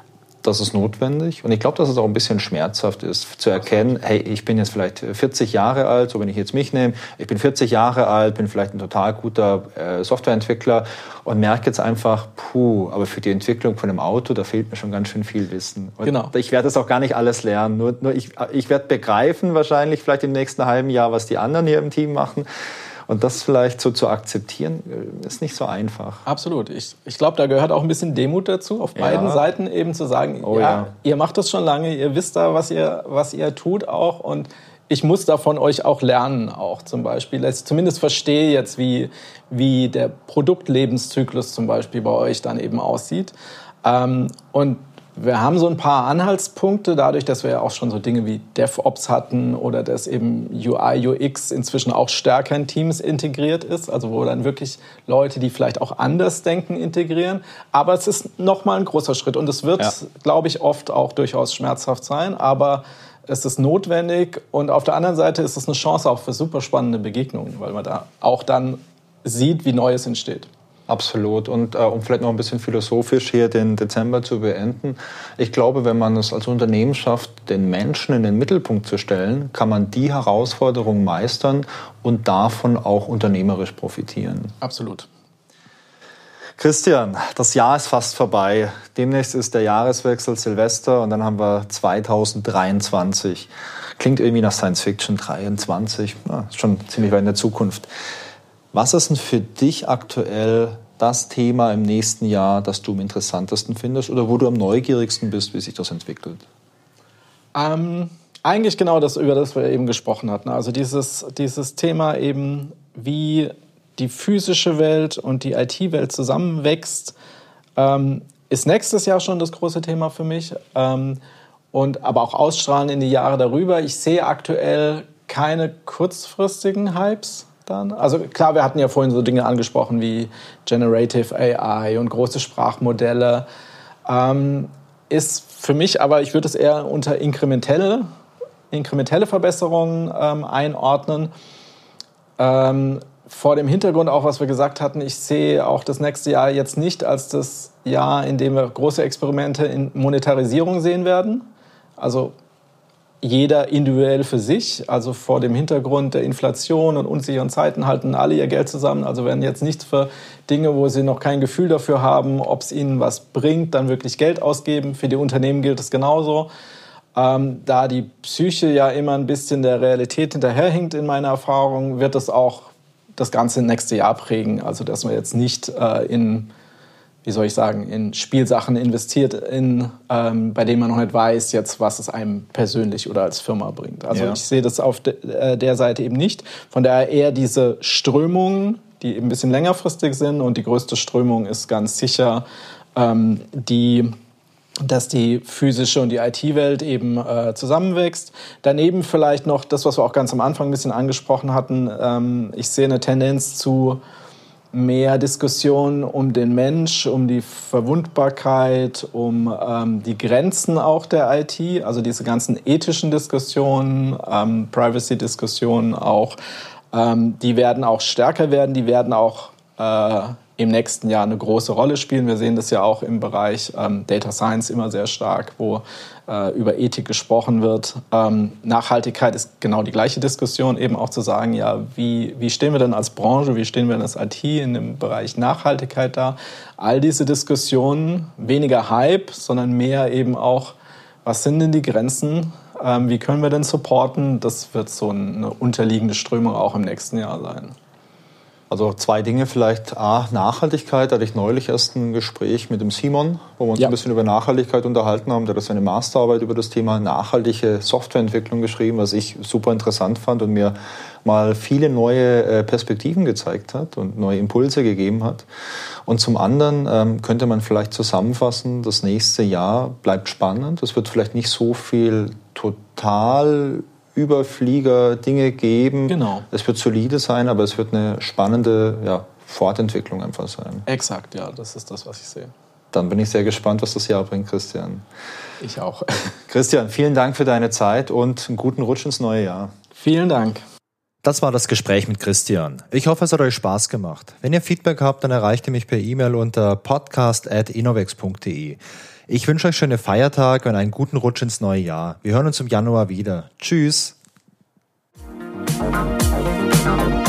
das ist notwendig. Und ich glaube, dass es auch ein bisschen schmerzhaft ist, zu erkennen, hey, ich bin jetzt vielleicht 40 Jahre alt, so wenn ich jetzt mich nehme, ich bin 40 Jahre alt, bin vielleicht ein total guter Softwareentwickler und merke jetzt einfach, aber für die Entwicklung von einem Auto, da fehlt mir schon ganz schön viel Wissen. Und ich werde das auch gar nicht alles lernen. Nur ich werde begreifen wahrscheinlich vielleicht im nächsten halben Jahr, was die anderen hier im Team machen. Und das vielleicht so zu akzeptieren, ist nicht so einfach. Absolut. Ich glaube, da gehört auch ein bisschen Demut dazu, auf beiden Seiten eben zu sagen, ihr macht das schon lange, ihr wisst da, was ihr tut auch und ich muss da von euch auch lernen auch zum Beispiel. Dass ich zumindest verstehe jetzt, wie der Produktlebenszyklus zum Beispiel bei euch dann eben aussieht. Und wir haben so ein paar Anhaltspunkte, dadurch, dass wir ja auch schon so Dinge wie DevOps hatten oder dass eben UI, UX inzwischen auch stärker in Teams integriert ist, also wo dann wirklich Leute, die vielleicht auch anders denken, integrieren. Aber es ist nochmal ein großer Schritt und es wird, glaube ich, oft auch durchaus schmerzhaft sein, aber es ist notwendig und auf der anderen Seite ist es eine Chance auch für super spannende Begegnungen, weil man da auch dann sieht, wie Neues entsteht. Absolut. Und um vielleicht noch ein bisschen philosophisch hier den Dezember zu beenden. Ich glaube, wenn man es als Unternehmen schafft, den Menschen in den Mittelpunkt zu stellen, kann man die Herausforderung meistern und davon auch unternehmerisch profitieren. Absolut. Christian, das Jahr ist fast vorbei. Demnächst ist der Jahreswechsel, Silvester und dann haben wir 2023. Klingt irgendwie nach Science Fiction, 23. Ist schon ziemlich weit in der Zukunft. Was ist denn für dich aktuell das Thema im nächsten Jahr, das du am interessantesten findest oder wo du am neugierigsten bist, wie sich das entwickelt? Eigentlich genau das, über das wir eben gesprochen hatten. Also dieses Thema eben, wie die physische Welt und die IT-Welt zusammenwächst, ist nächstes Jahr schon das große Thema für mich. Aber auch ausstrahlen in die Jahre darüber. Ich sehe aktuell keine kurzfristigen Hypes. Also klar, wir hatten ja vorhin so Dinge angesprochen wie Generative AI und große Sprachmodelle. Ist für mich aber, ich würde es eher unter inkrementelle Verbesserungen einordnen. Vor dem Hintergrund auch, was wir gesagt hatten, ich sehe auch das nächste Jahr jetzt nicht als das Jahr, in dem wir große Experimente in Monetarisierung sehen werden. Also jeder individuell für sich. Also vor dem Hintergrund der Inflation und unsicheren Zeiten halten alle ihr Geld zusammen. Also werden jetzt nicht für Dinge, wo sie noch kein Gefühl dafür haben, ob es ihnen was bringt, dann wirklich Geld ausgeben. Für die Unternehmen gilt es genauso. Da die Psyche ja immer ein bisschen der Realität hinterherhinkt in meiner Erfahrung, wird es auch das ganze nächste Jahr prägen. Also dass man jetzt nicht in Spielsachen investiert, bei denen man noch nicht weiß, jetzt, was es einem persönlich oder als Firma bringt. Also Ich sehe das auf der Seite eben nicht. Von daher eher diese Strömungen, die ein bisschen längerfristig sind. Und die größte Strömung ist ganz sicher dass die physische und die IT-Welt eben zusammenwächst. Daneben vielleicht noch das, was wir auch ganz am Anfang ein bisschen angesprochen hatten. Ich sehe eine Tendenz zu mehr Diskussion um den Mensch, um die Verwundbarkeit, um die Grenzen auch der IT, also diese ganzen ethischen Diskussionen, Privacy-Diskussionen auch, die werden auch stärker werden, die werden auch im nächsten Jahr eine große Rolle spielen. Wir sehen das ja auch im Bereich Data Science immer sehr stark, wo über Ethik gesprochen wird. Nachhaltigkeit ist genau die gleiche Diskussion, eben auch zu sagen, ja, wie stehen wir denn als Branche, wie stehen wir denn als IT in dem Bereich Nachhaltigkeit da? All diese Diskussionen, weniger Hype, sondern mehr eben auch, was sind denn die Grenzen? Wie können wir denn supporten? Das wird so eine unterliegende Strömung auch im nächsten Jahr sein. Also 2 Dinge vielleicht. A, Nachhaltigkeit. Da hatte ich neulich erst ein Gespräch mit dem Simon, wo wir uns ein bisschen über Nachhaltigkeit unterhalten haben. Der hat seine Masterarbeit über das Thema nachhaltige Softwareentwicklung geschrieben, was ich super interessant fand und mir mal viele neue Perspektiven gezeigt hat und neue Impulse gegeben hat. Und zum anderen könnte man vielleicht zusammenfassen, das nächste Jahr bleibt spannend. Es wird vielleicht nicht so viel total Überflieger Dinge geben. Genau. Es wird solide sein, aber es wird eine spannende Fortentwicklung einfach sein. Exakt, ja, das ist das, was ich sehe. Dann bin ich sehr gespannt, was das Jahr bringt, Christian. Ich auch. Christian, vielen Dank für deine Zeit und einen guten Rutsch ins neue Jahr. Vielen Dank. Das war das Gespräch mit Christian. Ich hoffe, es hat euch Spaß gemacht. Wenn ihr Feedback habt, dann erreicht ihr mich per E-Mail unter podcast@innovex.de. Ich wünsche euch schöne Feiertage und einen guten Rutsch ins neue Jahr. Wir hören uns im Januar wieder. Tschüss!